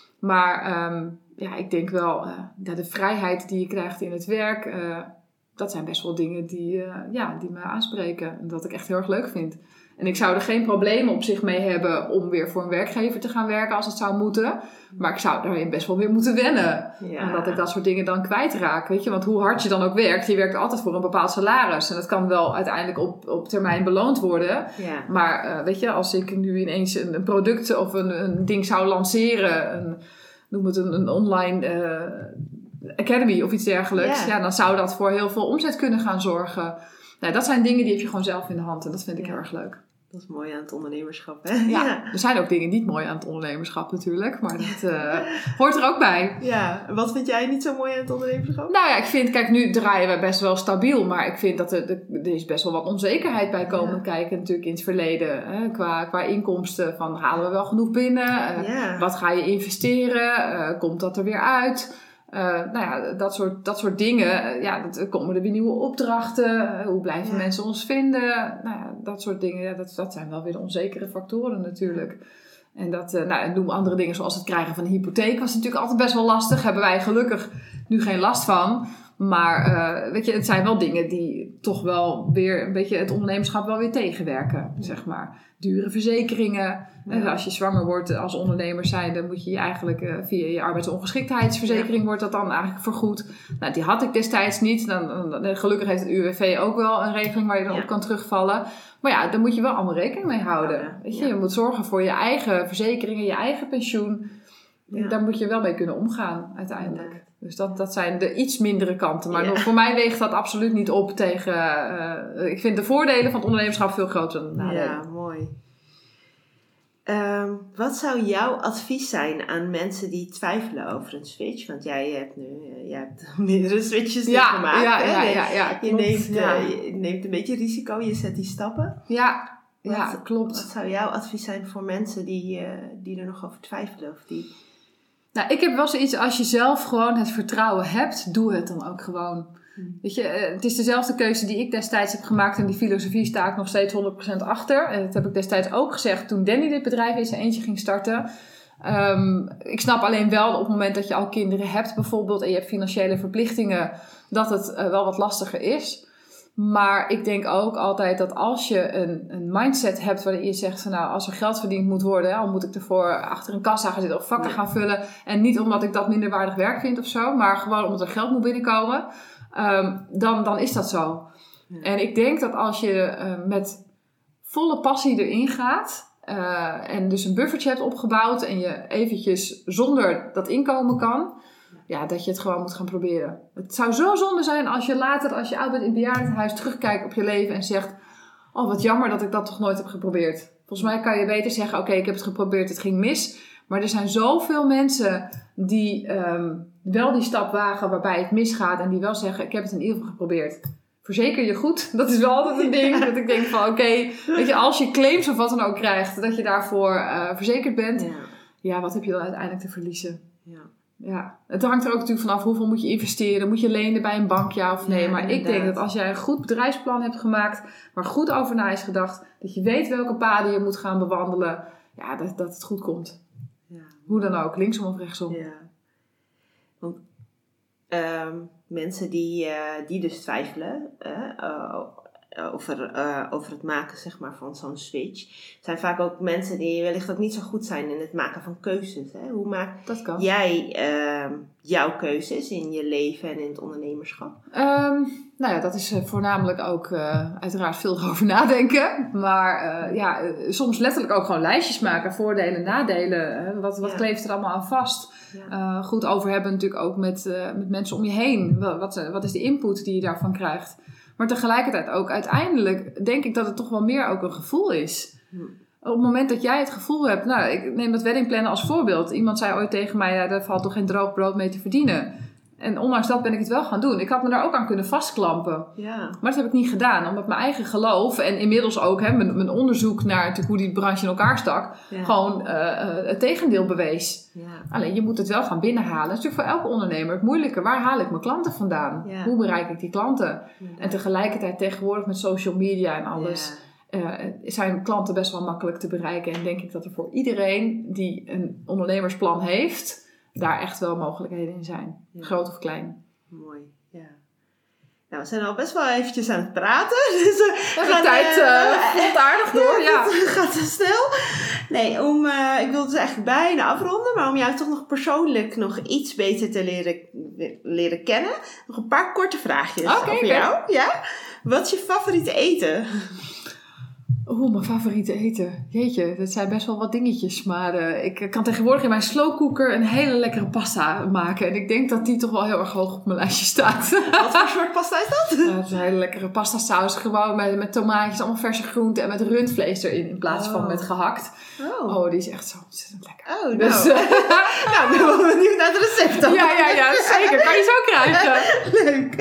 C: Maar um, ja, ik denk wel, uh, ja, de vrijheid die je krijgt in het werk, uh, dat zijn best wel dingen die, uh, ja, die me aanspreken. En dat ik echt heel erg leuk vind. En ik zou er geen problemen op zich mee hebben om weer voor een werkgever te gaan werken als het zou moeten. Maar ik zou daarin best wel weer moeten wennen. Ja. En dat ik dat soort dingen dan kwijtraak. Weet je? Want hoe hard je dan ook werkt, je werkt altijd voor een bepaald salaris. En dat kan wel uiteindelijk op, op termijn beloond worden. Ja. Maar uh, weet je, als ik nu ineens een, een product of een, een ding zou lanceren, een, noem het een, een online uh, academy of iets dergelijks. Ja. Ja, dan zou dat voor heel veel omzet kunnen gaan zorgen. Nou, dat zijn dingen die heb je gewoon zelf in de hand. En dat vind ik ja. heel erg leuk.
B: Dat is mooi aan het ondernemerschap, hè?
C: Ja, ja, er zijn ook dingen niet mooi aan het ondernemerschap natuurlijk. Maar dat uh, hoort er ook bij.
B: Ja, wat vind jij niet zo mooi aan het ondernemerschap?
C: Nou ja, ik vind, kijk, nu draaien we best wel stabiel. Maar ik vind dat er, er is best wel wat onzekerheid bij komen ja. kijken natuurlijk in het verleden. Hè, qua, qua inkomsten, van halen we wel genoeg binnen? Uh, ja. Wat ga je investeren? Uh, komt dat er weer uit? Uh, nou ja, dat soort, dat soort dingen. Uh, ja, dat, komen er weer nieuwe opdrachten. Uh, hoe blijven ja. mensen ons vinden? Nou ja, dat soort dingen. Ja, dat, dat zijn wel weer de onzekere factoren natuurlijk. En dat, uh, nou, noem andere dingen zoals het krijgen van een hypotheek. Was natuurlijk altijd best wel lastig. Hebben wij gelukkig nu geen last van. Maar uh, weet je, het zijn wel dingen die toch wel weer een beetje het ondernemerschap wel weer tegenwerken, zeg maar. Dure verzekeringen. Ja. En als je zwanger wordt als ondernemer zijn, dan moet je je eigenlijk uh, via je arbeidsongeschiktheidsverzekering ja. wordt dat dan eigenlijk vergoed. Nou, die had ik destijds niet. Dan, dan, gelukkig heeft het U W V ook wel een regeling waar je dan ja. op kan terugvallen. Maar ja, daar moet je wel allemaal rekening mee houden. Ja. Weet je, ja. je moet zorgen voor je eigen verzekeringen, je eigen pensioen. Ja. Daar moet je wel mee kunnen omgaan uiteindelijk. Ja. Dus dat, dat zijn de iets mindere kanten. Maar ja. voor mij weegt dat absoluut niet op tegen... Uh, ik vind de voordelen van het ondernemerschap veel groter dan de nadelen.
B: Ja, mooi. Um, wat zou jouw advies zijn aan mensen die twijfelen over een switch? Want jij hebt nu uh, jij hebt meerdere switches
C: ja,
B: gemaakt.
C: Ja,
B: hè?
C: ja, ja, ja,
B: je, neemt, ja. Uh, je neemt een beetje risico, je zet die stappen.
C: Ja, wat, ja klopt.
B: Wat zou jouw advies zijn voor mensen die, uh, die er nog over twijfelen? Of die...
C: Nou, ik heb wel zoiets, als je zelf gewoon het vertrouwen hebt, doe het dan ook gewoon. Hmm. Weet je, het is dezelfde keuze die ik destijds heb gemaakt en die filosofie sta ik nog steeds honderd procent achter. En dat heb ik destijds ook gezegd toen Danny dit bedrijf in zijn eentje ging starten. Um, ik snap alleen wel op het moment dat je al kinderen hebt bijvoorbeeld en je hebt financiële verplichtingen, dat het uh, wel wat lastiger is. Maar ik denk ook altijd dat als je een, een mindset hebt waarin je zegt van nou, als er geld verdiend moet worden, dan moet ik ervoor achter een kassa gaan zitten of vakken gaan vullen. En niet omdat ik dat minderwaardig werk vind of zo, maar gewoon omdat er geld moet binnenkomen. Um, dan, dan is dat zo. Ja. En ik denk dat als je uh, met volle passie erin gaat uh, en dus een buffertje hebt opgebouwd en je eventjes zonder dat inkomen kan, ja, dat je het gewoon moet gaan proberen. Het zou zo zonde zijn als je later, als je oud bent in het bejaardentehuis, terugkijkt op je leven en zegt, oh wat jammer dat ik dat toch nooit heb geprobeerd. Volgens mij kan je beter zeggen, oké, okay, ik heb het geprobeerd, het ging mis. Maar er zijn zoveel mensen die um, wel die stap wagen waarbij het misgaat. En die wel zeggen, ik heb het in ieder geval geprobeerd. Verzeker je goed. Dat is wel altijd een ding. Ja. Dat ik denk van, oké, okay, weet je, als je claims of wat dan ook krijgt, dat je daarvoor uh, verzekerd bent. Ja. ja, wat heb je dan uiteindelijk te verliezen? Ja. Ja, het hangt er ook natuurlijk vanaf hoeveel moet je investeren. Moet je lenen bij een bank, ja of nee. Ja, maar inderdaad. Ik denk dat als jij een goed bedrijfsplan hebt gemaakt, waar goed over na is gedacht, dat je weet welke paden je moet gaan bewandelen, ja, dat, dat het goed komt. Ja. Hoe dan ook, linksom of rechtsom.
B: Ja. Want um, mensen die, uh, die dus twijfelen uh, uh, over, uh, over het maken zeg maar, van zo'n switch, zijn vaak ook mensen die wellicht ook niet zo goed zijn in het maken van keuzes. Hè? Hoe maak jij uh, jouw keuzes in je leven en in het ondernemerschap?
C: Um, nou ja, dat is uh, voornamelijk ook uh, uiteraard veel over nadenken. Maar uh, ja, uh, soms letterlijk ook gewoon lijstjes maken. Voordelen, nadelen. Uh, wat wat ja. kleeft er allemaal aan vast? Ja. Uh, goed over hebben natuurlijk ook met, uh, met mensen om je heen. Wat, uh, wat is de input die je daarvan krijgt? Maar tegelijkertijd ook uiteindelijk denk ik dat het toch wel meer ook een gevoel is. Hmm. Op het moment dat jij het gevoel hebt, nou ik neem dat weddingplannen als voorbeeld. Iemand zei ooit tegen mij, ja, daar valt toch geen droog brood mee te verdienen. En ondanks dat ben ik het wel gaan doen. Ik had me daar ook aan kunnen vastklampen. Ja. Maar dat heb ik niet gedaan. Omdat mijn eigen geloof en inmiddels ook hè, mijn, mijn onderzoek naar natuurlijk hoe die branche in elkaar stak. Ja. Gewoon uh, uh, het tegendeel bewees. Ja. Alleen je moet het wel gaan binnenhalen. Dat is natuurlijk voor elke ondernemer het moeilijke. Waar haal ik mijn klanten vandaan? Ja. Hoe bereik ik die klanten? Ja. En tegelijkertijd tegenwoordig met social media en alles. Ja. Uh, zijn klanten best wel makkelijk te bereiken. En denk ik dat er voor iedereen die een ondernemersplan heeft, daar echt wel mogelijkheden in zijn. Ja. Groot of klein.
B: Mooi, ja. Nou, we zijn al best wel eventjes aan het praten. Dus
C: uh, ja, de tijd uh, voelt aardig door, ja.
B: Het gaat te snel. Nee, om, uh, ik wil het dus eigenlijk bijna afronden. Maar om jou toch nog persoonlijk nog iets beter te leren, leren kennen. Nog een paar korte vraagjes okay, over okay. jou. Ja? Wat is je favoriete eten?
C: Oeh, mijn favoriete eten. Jeetje, dat zijn best wel wat dingetjes. Maar uh, ik kan tegenwoordig in mijn slowcooker een hele lekkere pasta maken. En ik denk dat die toch wel heel erg hoog op mijn lijstje staat.
B: Wat voor soort pasta is dat?
C: Uh, het is een hele lekkere pasta saus. Gewoon met, met tomaatjes, allemaal verse groenten en met rundvlees erin. In plaats oh. van met gehakt. Oh. oh, die is echt zo ontzettend lekker.
B: Oh, nou. Dus, uh, nou, ik ben wel benieuwd naar het recept dan.
C: Ja, ja, ja, zeker. Kan je zo krijgen.
B: Leuk.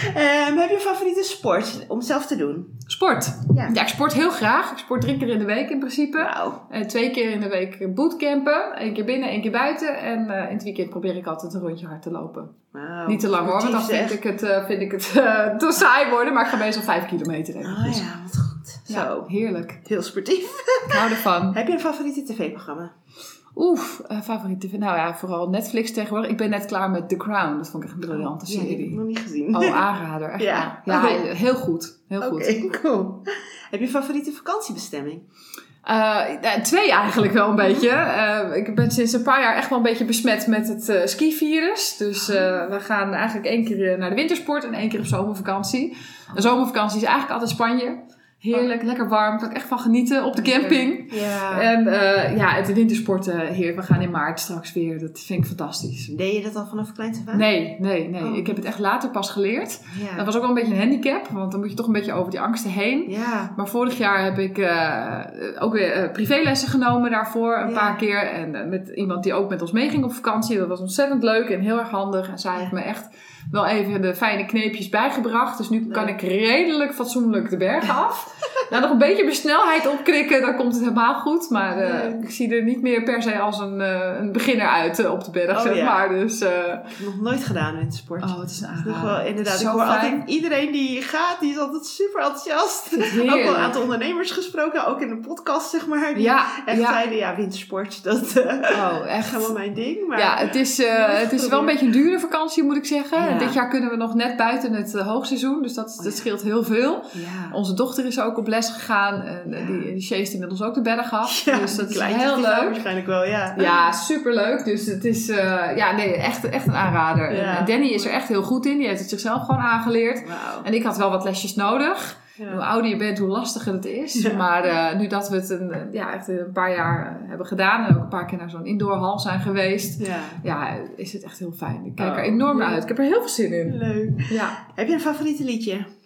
B: Um, heb je een favoriete sport om zelf te doen?
C: Sport? Ja. ja, ik sport heel graag. Ik sport drie keer in de week in principe. Wow. En twee keer in de week bootcampen. Eén keer binnen, één keer buiten. En uh, in het weekend probeer ik altijd een rondje hard te lopen. Wow. Niet te lang hoor, want dan vind ik het, uh, vind ik het uh, te saai worden. Maar ik ga meestal vijf kilometer in.
B: Oh dus. Ja, wat goed.
C: Zo. Ja, heerlijk.
B: Heel sportief.
C: Ik hou ervan.
B: Heb je een favoriete tv-programma?
C: Oef, uh, favoriete tv. Nou ja, vooral Netflix tegenwoordig. Ik ben net klaar met The Crown. Dat vond ik echt een briljante
B: oh,
C: serie.
B: Ja, die heb ik nog niet gezien.
C: Oh, aanrader. Echt ja, ja oh. heel goed. Heel goed.
B: Oké, okay, cool. Heb je een favoriete vakantiebestemming?
C: Uh, twee eigenlijk wel een beetje. Uh, ik ben sinds een paar jaar echt wel een beetje besmet met het uh, skivirus. Dus uh, we gaan eigenlijk één keer naar de wintersport en één keer op zomervakantie. Een zomervakantie is eigenlijk altijd Spanje. Heerlijk, oh. lekker warm. Kan ik echt van genieten op de camping. Ja. En uh, ja, het wintersporten, heer. We gaan in maart straks weer. Dat vind ik fantastisch.
B: Deed je dat al vanaf kleins af aan?
C: Nee, nee, nee. Oh. Ik heb het echt later pas geleerd. Ja. Dat was ook wel een beetje een handicap. Want dan moet je toch een beetje over die angsten heen. Ja. Maar vorig jaar heb ik uh, ook weer uh, privélessen genomen daarvoor. Een ja. paar keer. En uh, met iemand die ook met ons meeging op vakantie. Dat was ontzettend leuk en heel erg handig. En zij ja. heeft me echt wel even de fijne kneepjes bijgebracht. Dus nu nee. kan ik redelijk fatsoenlijk de bergen af. Nou, nog een beetje mijn snelheid opkrikken, dan komt het helemaal goed. Maar uh, nee. ik zie er niet meer per se als een, uh, een beginner uit uh, op de berg, oh, zeg ja. maar. Dus, uh,
B: ik heb nog nooit gedaan in sport.
C: Oh, het is een aanrader.
B: Nog wel, inderdaad,
C: Zo
B: ik hoor
C: fijn.
B: altijd iedereen die gaat, die is altijd super enthousiast. Ook wel een aantal ondernemers gesproken, ook in de podcast, zeg maar. Die ja, echt ja. zeiden, ja, wintersport, dat uh, oh, echt helemaal mijn ding. Maar,
C: ja, het is, uh, het is wel een beetje een dure vakantie, moet ik zeggen. Ja. Dit jaar kunnen we nog net buiten het uh, hoogseizoen, dus dat, oh, dat ja. scheelt heel veel. Ja. Onze dochter is ook op les gegaan. En ja. die, die sjeest inmiddels ook de berg af. Ja, dus dat is heel leuk.
B: Waarschijnlijk wel, ja.
C: Ja, superleuk. Dus het is uh, ja, nee, echt, echt een aanrader. Ja. En Danny is er echt heel goed in. Die heeft het zichzelf gewoon aangeleerd. Wow. En ik had wel wat lesjes nodig. Ja. Hoe ouder je bent, hoe lastiger het is. Ja. Maar uh, nu dat we het een, ja, echt een paar jaar hebben gedaan. En ook een paar keer naar zo'n indoorhal zijn geweest. Ja. ja, is het echt heel fijn. Ik kijk oh, er enorm naar uit. Ik heb er heel veel zin in.
B: Leuk.
C: Ja.
B: Heb je een favoriete liedje?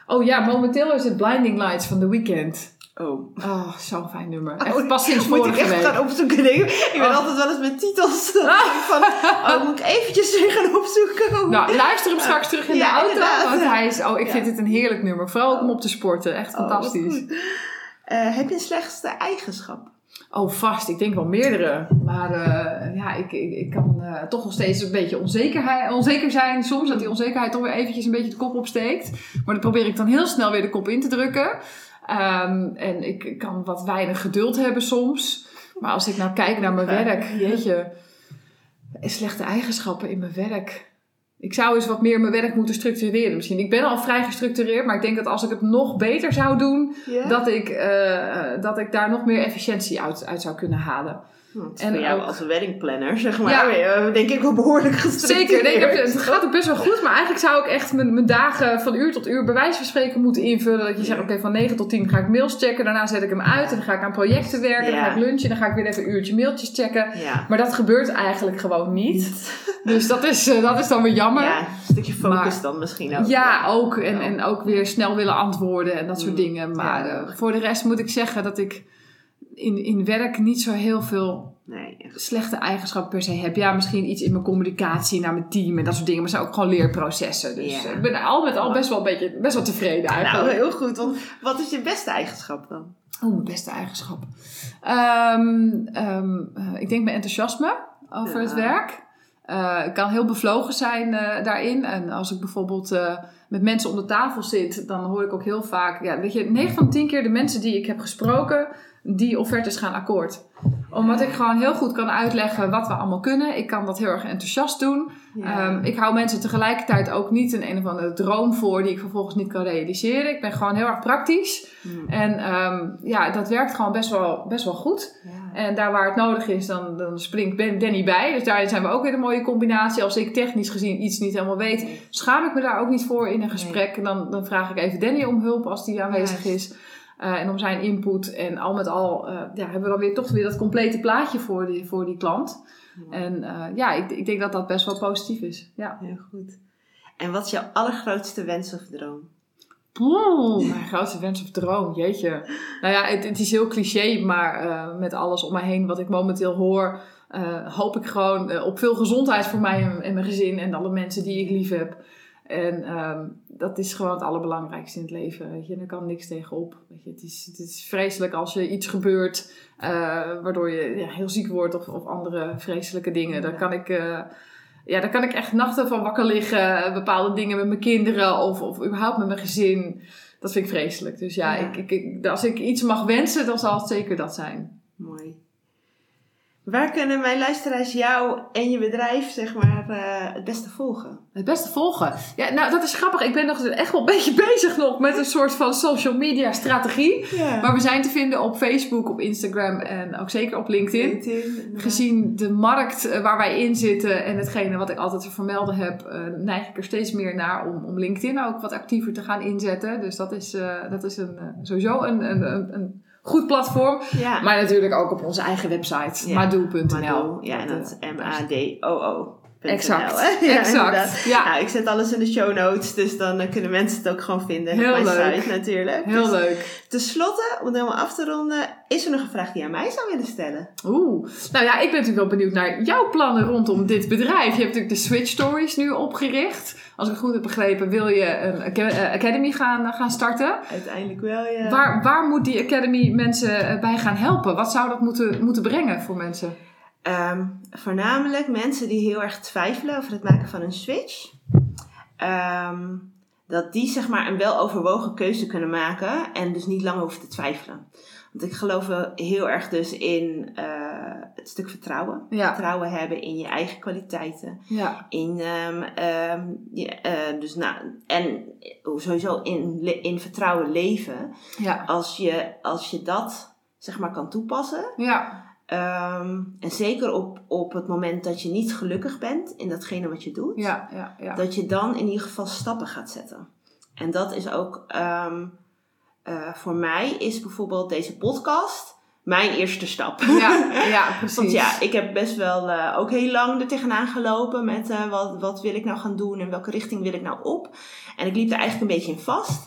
C: Oh ja, momenteel is het Blinding Lights van The Weeknd.
B: Oh.
C: Oh, zo'n fijn nummer. Echt oh, pas sinds
B: moet
C: vorige week.
B: Moet ik echt gaan opzoeken. Denk ik ik ben oh. altijd wel eens met titels. Ah. Van, oh, moet ik eventjes weer gaan opzoeken.
C: Nou, luister hem straks terug in ja, de auto. Inderdaad. Want hij is, oh, ik ja. vind dit een heerlijk nummer. Vooral ook om op te sporten. Echt fantastisch.
B: Oh, uh, heb je een slechtste eigenschap?
C: Oh, vast. Ik denk wel meerdere. Maar uh, ja, ik, ik, ik kan uh, toch nog steeds een beetje onzekerheid, onzeker zijn. Soms dat die onzekerheid toch weer eventjes een beetje de kop opsteekt. Maar dan probeer ik dan heel snel weer de kop in te drukken. Um, en ik kan wat weinig geduld hebben soms. Maar als ik nou kijk naar mijn werk, jeetje, slechte eigenschappen in mijn werk. Ik zou eens wat meer mijn werk moeten structureren misschien. Ik ben al vrij gestructureerd, maar ik denk dat als ik het nog beter zou doen, yeah. dat, ik, uh, dat ik daar nog meer efficiëntie uit, uit zou kunnen halen.
B: Want en voor jou ook, als weddingplanner, zeg maar, ja, denk ik wel behoorlijk gestructureerd.
C: Zeker, denk ik, het gaat ook best wel goed. Maar eigenlijk zou ik echt mijn, mijn dagen van uur tot uur bij wijze van spreken moeten invullen. Dat je zegt, oké, okay, van negen tot tien ga ik mails checken. Daarna zet ik hem uit en dan ga ik aan projecten werken. Ja. Dan ga ik lunchen en dan ga ik weer even een uurtje mailtjes checken. Ja. Maar dat gebeurt eigenlijk gewoon niet. Dus dat is, uh, dat is dan weer jammer.
B: Ja, een stukje focus maar, dan misschien ook.
C: Ja, ook. En, ja. en ook weer snel willen antwoorden en dat soort mm. dingen. Maar ja, uh, voor de rest moet ik zeggen dat ik in, in werk niet zo heel veel nee, slechte eigenschappen per se heb. Ja, misschien iets in mijn communicatie naar mijn team en dat soort dingen. Maar het zijn ook gewoon leerprocessen. Dus ja. ik ben al met al best wel een beetje best wel tevreden eigenlijk.
B: Nou, heel goed. Want wat is je beste eigenschap dan?
C: Oh, mijn beste eigenschap. Um, um, uh, ik denk mijn enthousiasme over ja. het werk. Uh, ik kan heel bevlogen zijn uh, daarin. En als ik bijvoorbeeld uh, met mensen om de tafel zit, dan hoor ik ook heel vaak, ja, weet je, negen van de tien keer de mensen die ik heb gesproken, die offertes gaan akkoord. Omdat ik gewoon heel goed kan uitleggen wat we allemaal kunnen. Ik kan dat heel erg enthousiast doen. Ja. Um, ik hou mensen tegelijkertijd ook niet een een of andere droom voor die ik vervolgens niet kan realiseren. Ik ben gewoon heel erg praktisch. Mm. En um, ja, dat werkt gewoon best wel, best wel goed. Ja. En daar waar het nodig is, dan, dan springt Ben, Danny bij. Dus daar zijn we ook weer een mooie combinatie. Als ik technisch gezien iets niet helemaal weet, nee. schaam ik me daar ook niet voor in een gesprek. Nee. Dan, dan vraag ik even Danny om hulp als die aanwezig yes. is. Uh, en om zijn input. En al met al uh, ja, hebben we dan weer toch weer dat complete plaatje voor die, voor die klant. Ja. En uh, ja, ik, ik denk dat dat best wel positief is. Ja.
B: Heel goed. En wat is jouw allergrootste wens of droom?
C: Oeh, mijn grootste wens of droom, jeetje. Nou ja, het, het is heel cliché, maar uh, met alles om mij heen wat ik momenteel hoor, uh, hoop ik gewoon uh, op veel gezondheid voor mij en, en mijn gezin en alle mensen die ik lief heb. En um, dat is gewoon het allerbelangrijkste in het leven. Weet je, daar kan niks tegenop. Weet je, het, is, het is vreselijk als je iets gebeurt uh, waardoor je ja, heel ziek wordt of, of andere vreselijke dingen. Daar kan ik, uh, ja, daar kan ik echt nachten van wakker liggen. Bepaalde dingen met mijn kinderen of, of überhaupt met mijn gezin. Dat vind ik vreselijk. Dus ja, ja. Ik, ik, als ik iets mag wensen, dan zal het zeker dat zijn.
B: Mooi. Waar kunnen mijn luisteraars jou en je bedrijf, zeg maar, uh, het beste volgen?
C: Het beste volgen? Ja, nou, dat is grappig. Ik ben nog echt wel een beetje bezig nog met een soort van social media strategie. Yeah. Maar we zijn te vinden op Facebook, op Instagram en ook zeker op LinkedIn. LinkedIn ja. Gezien de markt waar wij in zitten en hetgene wat ik altijd te vermelden heb, uh, neig ik er steeds meer naar om, om LinkedIn ook wat actiever te gaan inzetten. Dus dat is, uh, dat is een, uh, sowieso een... een, een, een goed platform, ja. maar natuurlijk ook op onze eigen website, ja. madoe punt n l.
B: Ja, en dat is M A D O O.
C: Exact,
B: ja,
C: exact. Ja.
B: Nou, ik zet alles in de show notes, dus dan uh, kunnen mensen het ook gewoon vinden.
C: Heel
B: op mijn
C: leuk.
B: Site natuurlijk.
C: Heel
B: dus,
C: leuk.
B: Ten slotte, om het helemaal af te ronden, is er nog een vraag die je aan mij zou willen stellen?
C: Oeh, nou ja, ik ben natuurlijk wel benieuwd naar jouw plannen rondom dit bedrijf. Je hebt natuurlijk de Switch Stories nu opgericht. Als ik het goed heb begrepen, wil je een academy gaan, gaan starten.
B: Uiteindelijk wel, ja.
C: Waar, waar moet die academy mensen bij gaan helpen? Wat zou dat moeten, moeten brengen voor mensen?
B: Um, voornamelijk mensen die heel erg twijfelen over het maken van een switch. Um, dat die zeg maar een weloverwogen keuze kunnen maken en dus niet lang hoeven te twijfelen. Want ik geloof heel erg dus in uh, het stuk vertrouwen. Ja. Vertrouwen hebben in je eigen kwaliteiten. Ja. In, um, um, ja, uh, dus nou, en sowieso in, in vertrouwen leven. Ja. Als je, als je dat zeg maar kan toepassen. Ja. Um, en zeker op, op het moment dat je niet gelukkig bent in datgene wat je doet. Ja, ja, ja. Dat je dan in ieder geval stappen gaat zetten. En dat is ook... Um, uh, voor mij is bijvoorbeeld deze podcast mijn eerste stap. Ja, ja, precies. Want ja, ik heb best wel uh, ook heel lang er tegenaan gelopen met uh, wat, wat wil ik nou gaan doen en welke richting wil ik nou op. En ik liep er eigenlijk een beetje in vast.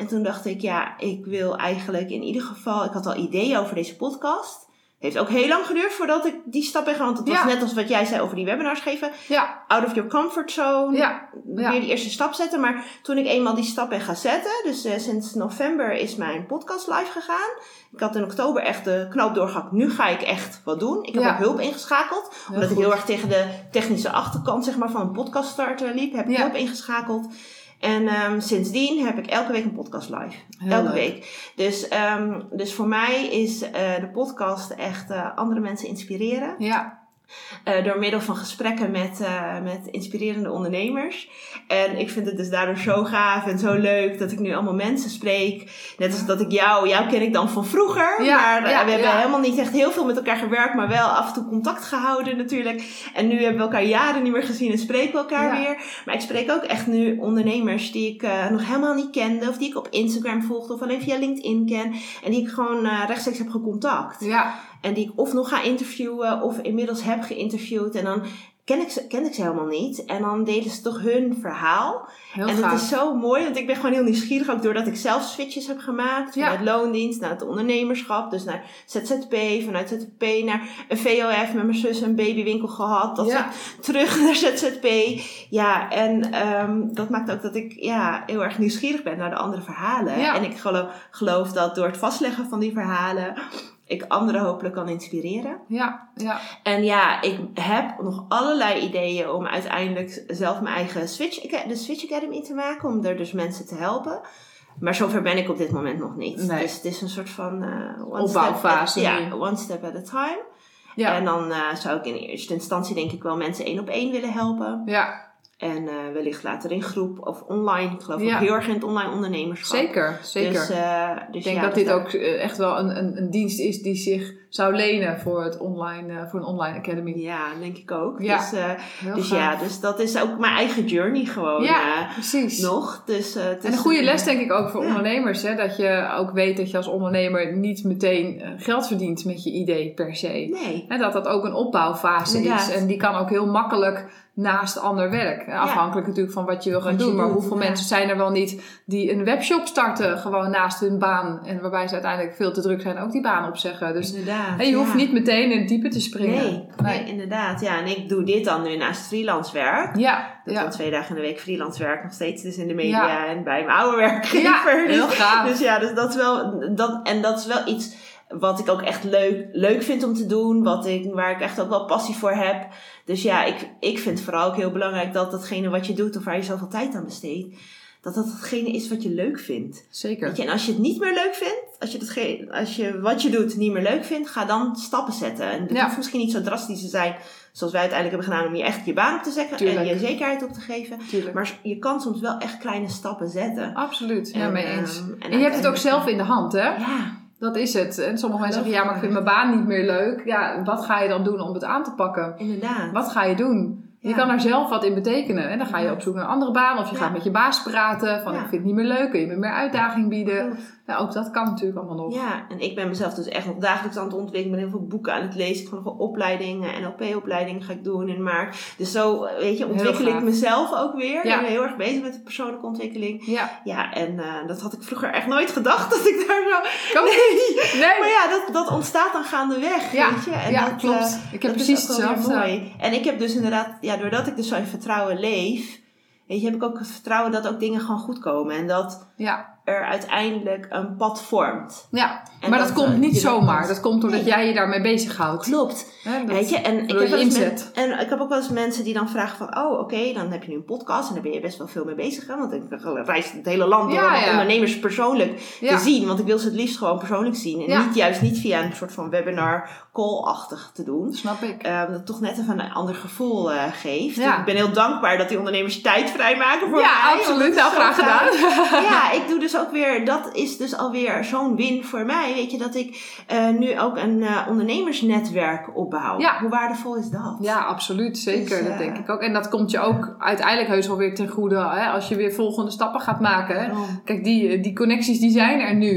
B: En toen dacht ik, ja, ik wil eigenlijk in ieder geval... Ik had al ideeën over deze podcast. Het heeft ook heel lang geduurd voordat ik die stap ben gaan. Want het was
C: ja.
B: net als wat jij zei over die webinars geven.
C: Ja.
B: Out of your comfort zone.
C: Ja. Ja.
B: Weer die eerste stap zetten. Maar toen ik eenmaal die stap ben gaan zetten. Dus uh, sinds november is mijn podcast live gegaan. Ik had in oktober echt de knoop doorgehakt. Nu ga ik echt wat doen. Ik heb
C: ja.
B: ook hulp ingeschakeld.
C: Heel
B: omdat
C: goed.
B: ik heel erg tegen de technische achterkant zeg maar, van een podcast starter liep. Heb ik
C: ja.
B: hulp ingeschakeld. En um, sindsdien heb ik elke week een podcast live.
C: Heel
B: elke
C: leuk.
B: week. Dus, um, dus voor mij is uh, de podcast echt uh, andere mensen inspireren.
C: Ja.
B: Uh, door middel van gesprekken met, uh, met inspirerende ondernemers. En ik vind het dus daardoor zo gaaf en zo leuk dat ik nu allemaal mensen spreek. Net als dat ik jou, jou ken ik dan van vroeger.
C: Ja,
B: maar uh,
C: ja,
B: we hebben
C: ja.
B: helemaal niet echt heel veel met elkaar gewerkt, maar wel af en toe contact gehouden natuurlijk. En nu hebben we elkaar jaren niet meer gezien en spreken we elkaar
C: Ja.
B: weer. Maar ik spreek ook echt nu ondernemers die ik uh, nog helemaal niet kende. Of die ik op Instagram volgde of alleen via LinkedIn ken. En die ik gewoon uh, rechtstreeks heb gecontact.
C: Ja.
B: En die ik of nog ga interviewen of inmiddels heb geïnterviewd. En dan ken ik ze, ken ik ze helemaal niet. En dan delen ze toch hun verhaal.
C: Heel
B: en
C: gaaf.
B: dat is zo mooi, want ik ben gewoon heel nieuwsgierig. Ook doordat ik zelf switches heb gemaakt.
C: Ja.
B: Vanuit loondienst naar het ondernemerschap. Dus naar Z Z P. Vanuit Z Z P naar een V O F. Met mijn zus een babywinkel gehad. Dat
C: Ja.
B: terug naar Z Z P. Ja, en um, dat maakt ook dat ik ja, heel erg nieuwsgierig ben naar de andere verhalen.
C: Ja.
B: En ik geloof, geloof dat door het vastleggen van die verhalen... ik anderen hopelijk kan inspireren.
C: Ja, ja.
B: En ja, ik heb nog allerlei ideeën om uiteindelijk zelf mijn eigen Switch, de Switch Academy te maken. Om er dus mensen te helpen. Maar zover ben ik op dit moment nog niet.
C: Nee.
B: Dus het is een soort van uh, one
C: opbouwfase.
B: Step at, ja, one step at a time.
C: Ja.
B: En dan uh, zou ik in eerste instantie denk ik wel mensen één op één willen helpen.
C: Ja.
B: En uh, wellicht later in groep of online. Ik geloof
C: Ja.
B: ook heel erg in het online ondernemerschap.
C: Zeker, zeker.
B: Dus, uh, dus
C: ik denk
B: ja,
C: dat
B: dus
C: dit ook uh, echt wel een, een, een dienst is die zich zou lenen voor, het online, uh, voor een online academy.
B: Ja, denk ik ook.
C: Ja.
B: Dus, uh,
C: Heel
B: dus
C: gaaf.
B: ja, dus dat is ook mijn eigen journey gewoon
C: Ja,
B: uh,
C: precies.
B: nog. Dus, uh, het
C: En
B: is
C: een goede
B: een-
C: les denk ik ook voor
B: Ja.
C: ondernemers. Hè? Dat je ook weet dat je als ondernemer niet meteen uh, geld verdient met je idee per se.
B: Nee.
C: En dat dat ook een opbouwfase
B: Inderdaad.
C: is. En die kan ook heel makkelijk naast ander werk. Afhankelijk natuurlijk van wat je wil gaan
B: Wat je
C: doen. Maar
B: doet,
C: hoeveel
B: ja.
C: mensen zijn er wel niet die een webshop starten gewoon naast hun baan. En waarbij ze uiteindelijk veel te druk zijn ook die baan opzeggen. Dus
B: Inderdaad.
C: hè, je hoeft
B: ja.
C: niet meteen in het diepe te springen.
B: Nee, nee, inderdaad. Ja, en ik doe dit dan nu naast freelance werk.
C: Ja,
B: Ik
C: ja.
B: doe twee dagen in de week freelance werk nog steeds. Dus in de media
C: Ja.
B: en bij mijn oude werkgever.
C: Ja, heel
B: dus,
C: gaaf.
B: Dus ja, dus dat is wel, dat, en dat is wel iets wat ik ook echt leuk, leuk vind om te doen. Wat ik, waar ik echt ook wel passie voor heb. Dus ja, ik, ik vind vooral ook heel belangrijk dat datgene wat je doet of waar je zoveel tijd aan besteedt, dat dat hetgene is wat je leuk vindt.
C: Zeker.
B: Weet je, en als je het niet meer leuk vindt, als je, datgene, als je wat je doet niet meer leuk vindt, ga dan stappen zetten. En het
C: Ja.
B: hoeft misschien niet zo drastisch te zijn zoals wij uiteindelijk hebben gedaan om je echt je baan op te zeggen
C: Tuurlijk.
B: en je zekerheid op te geven.
C: Tuurlijk.
B: Maar je kan soms wel echt kleine stappen zetten.
C: Absoluut, ja,
B: En,
C: mee eens.
B: ehm,
C: En, je hebt het ook
B: uiteindelijk-
C: zelf in de hand, hè?
B: Ja,
C: Dat is het. En sommige mensen zeggen, ja, maar ik vind
B: Geloof
C: mijn baan niet meer leuk. Ja, wat ga je dan doen om het aan te pakken?
B: inderdaad.
C: Wat ga je doen? Je
B: Ja.
C: kan er zelf wat in betekenen. En dan ga je
B: Ja.
C: op zoek naar een andere baan. Of je
B: Ja.
C: gaat met je baas praten. Van
B: Ja.
C: ik vind het niet meer leuk. Kun je me meer uitdaging bieden?
B: Klopt.
C: Ja, ook dat kan natuurlijk allemaal nog.
B: Ja, en ik ben mezelf dus echt nog dagelijks aan het ontwikkelen. Ik ben heel veel boeken aan het lezen. Ik ga nog wel opleidingen, N L P-opleidingen ga ik doen in maart. Dus zo, weet je, ontwikkel ik
C: gaaf.
B: mezelf ook weer.
C: Ja.
B: Ik ben heel erg bezig met de persoonlijke ontwikkeling.
C: Ja.
B: Ja, en uh, dat had ik vroeger echt nooit gedacht dat ik daar zo...
C: Kom.
B: Nee.
C: Nee.
B: Maar ja, dat, dat ontstaat dan gaandeweg,
C: Ja,
B: weet je. En
C: ja
B: dat,
C: klopt.
B: uh,
C: Ik heb
B: dat
C: precies
B: is ook wel weer
C: hetzelfde.
B: mooi. En ik heb dus inderdaad, ja, doordat ik dus zo in vertrouwen leef, weet je, heb ik ook het vertrouwen dat ook dingen gewoon goed komen. En dat
C: Ja.
B: er uiteindelijk een pad vormt.
C: Ja.
B: En
C: Maar dat,
B: dat,
C: komt
B: uh,
C: niet
B: je dat
C: zomaar.
B: moet-
C: Dat komt doordat
B: Nee.
C: jij je daarmee bezighoudt.
B: Klopt.
C: Hè, dat-
B: Weet je, en ik,
C: door
B: heb
C: je
B: wel eens
C: inzet.
B: men- en ik heb ook wel eens mensen die dan vragen van, oh oké, okay, dan heb je nu een podcast en daar ben je best wel veel mee bezig. Hè? Want ik reis het hele land door
C: Ja,
B: om
C: ja.
B: ondernemers persoonlijk
C: Ja.
B: te zien. Want ik wil ze het liefst gewoon persoonlijk zien. En
C: Ja.
B: niet juist niet via een soort van webinar call-achtig te doen.
C: Snap ik.
B: Uh, dat het toch net even een ander gevoel uh, geeft.
C: Ja.
B: Ik ben heel dankbaar dat die ondernemers tijd vrijmaken voor
C: Ja,
B: mij.
C: absoluut.
B: want dat is
C: Nou,
B: zo
C: graag
B: gaaf.
C: gedaan.
B: Ja, ik doe dus ook weer, dat is dus alweer zo'n win voor mij. Weet je, dat ik uh, nu ook een uh, ondernemersnetwerk opbouw.
C: Ja.
B: Hoe waardevol is dat?
C: Ja, absoluut. Zeker.
B: Dus, uh,
C: dat denk ik ook. En dat komt je ook uiteindelijk heus wel weer ten goede. Hè? Als je weer volgende stappen gaat maken. Hè?
B: Daarom.
C: Kijk, die, die connecties die zijn er nu.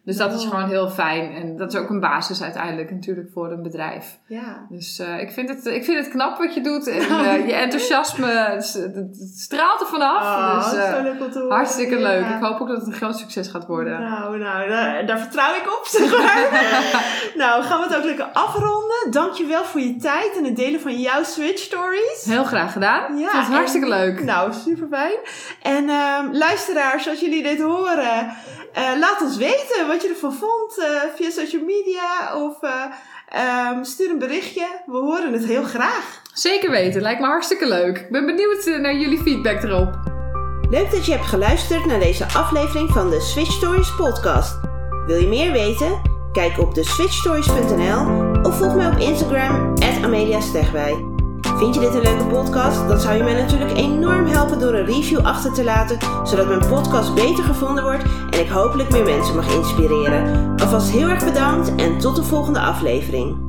C: Dus dat is
B: Oh.
C: gewoon heel fijn. En dat is ook een basis uiteindelijk natuurlijk voor een bedrijf.
B: Ja.
C: Dus uh, ik, vind het, ik vind het knap wat je doet. En uh, je enthousiasme het, het straalt er vanaf.
B: Oh,
C: dus, uh,
B: zo leuk om te horen.
C: hartstikke leuk.
B: Ja.
C: Ik hoop ook dat het een groot succes gaat worden.
B: Nou, nou, daar, daar vertrouw ik op, zeg maar. Nou, gaan we het ook lekker afronden. Dankjewel voor je tijd en het delen van jouw Switch Stories.
C: Heel graag gedaan.
B: Ja,
C: Ik vond het hartstikke
B: en,
C: leuk.
B: Nou, super fijn. En uh, luisteraars, als jullie dit horen, uh, laat ons weten wat je ervan vond uh, via social media of uh, um, stuur een berichtje. We horen het heel graag.
C: Zeker weten, lijkt me hartstikke leuk. Ik ben benieuwd uh, naar jullie feedback erop.
B: Leuk dat je hebt geluisterd naar deze aflevering van de Switch Stories podcast. Wil je meer weten? Kijk op de switch stories punt n l of volg mij op Instagram at Amelia Stegwij. Vind je dit een leuke podcast? Dan zou je mij natuurlijk enorm helpen door een review achter te laten, zodat mijn podcast beter gevonden wordt en ik hopelijk meer mensen mag inspireren. Alvast heel erg bedankt en tot de volgende aflevering.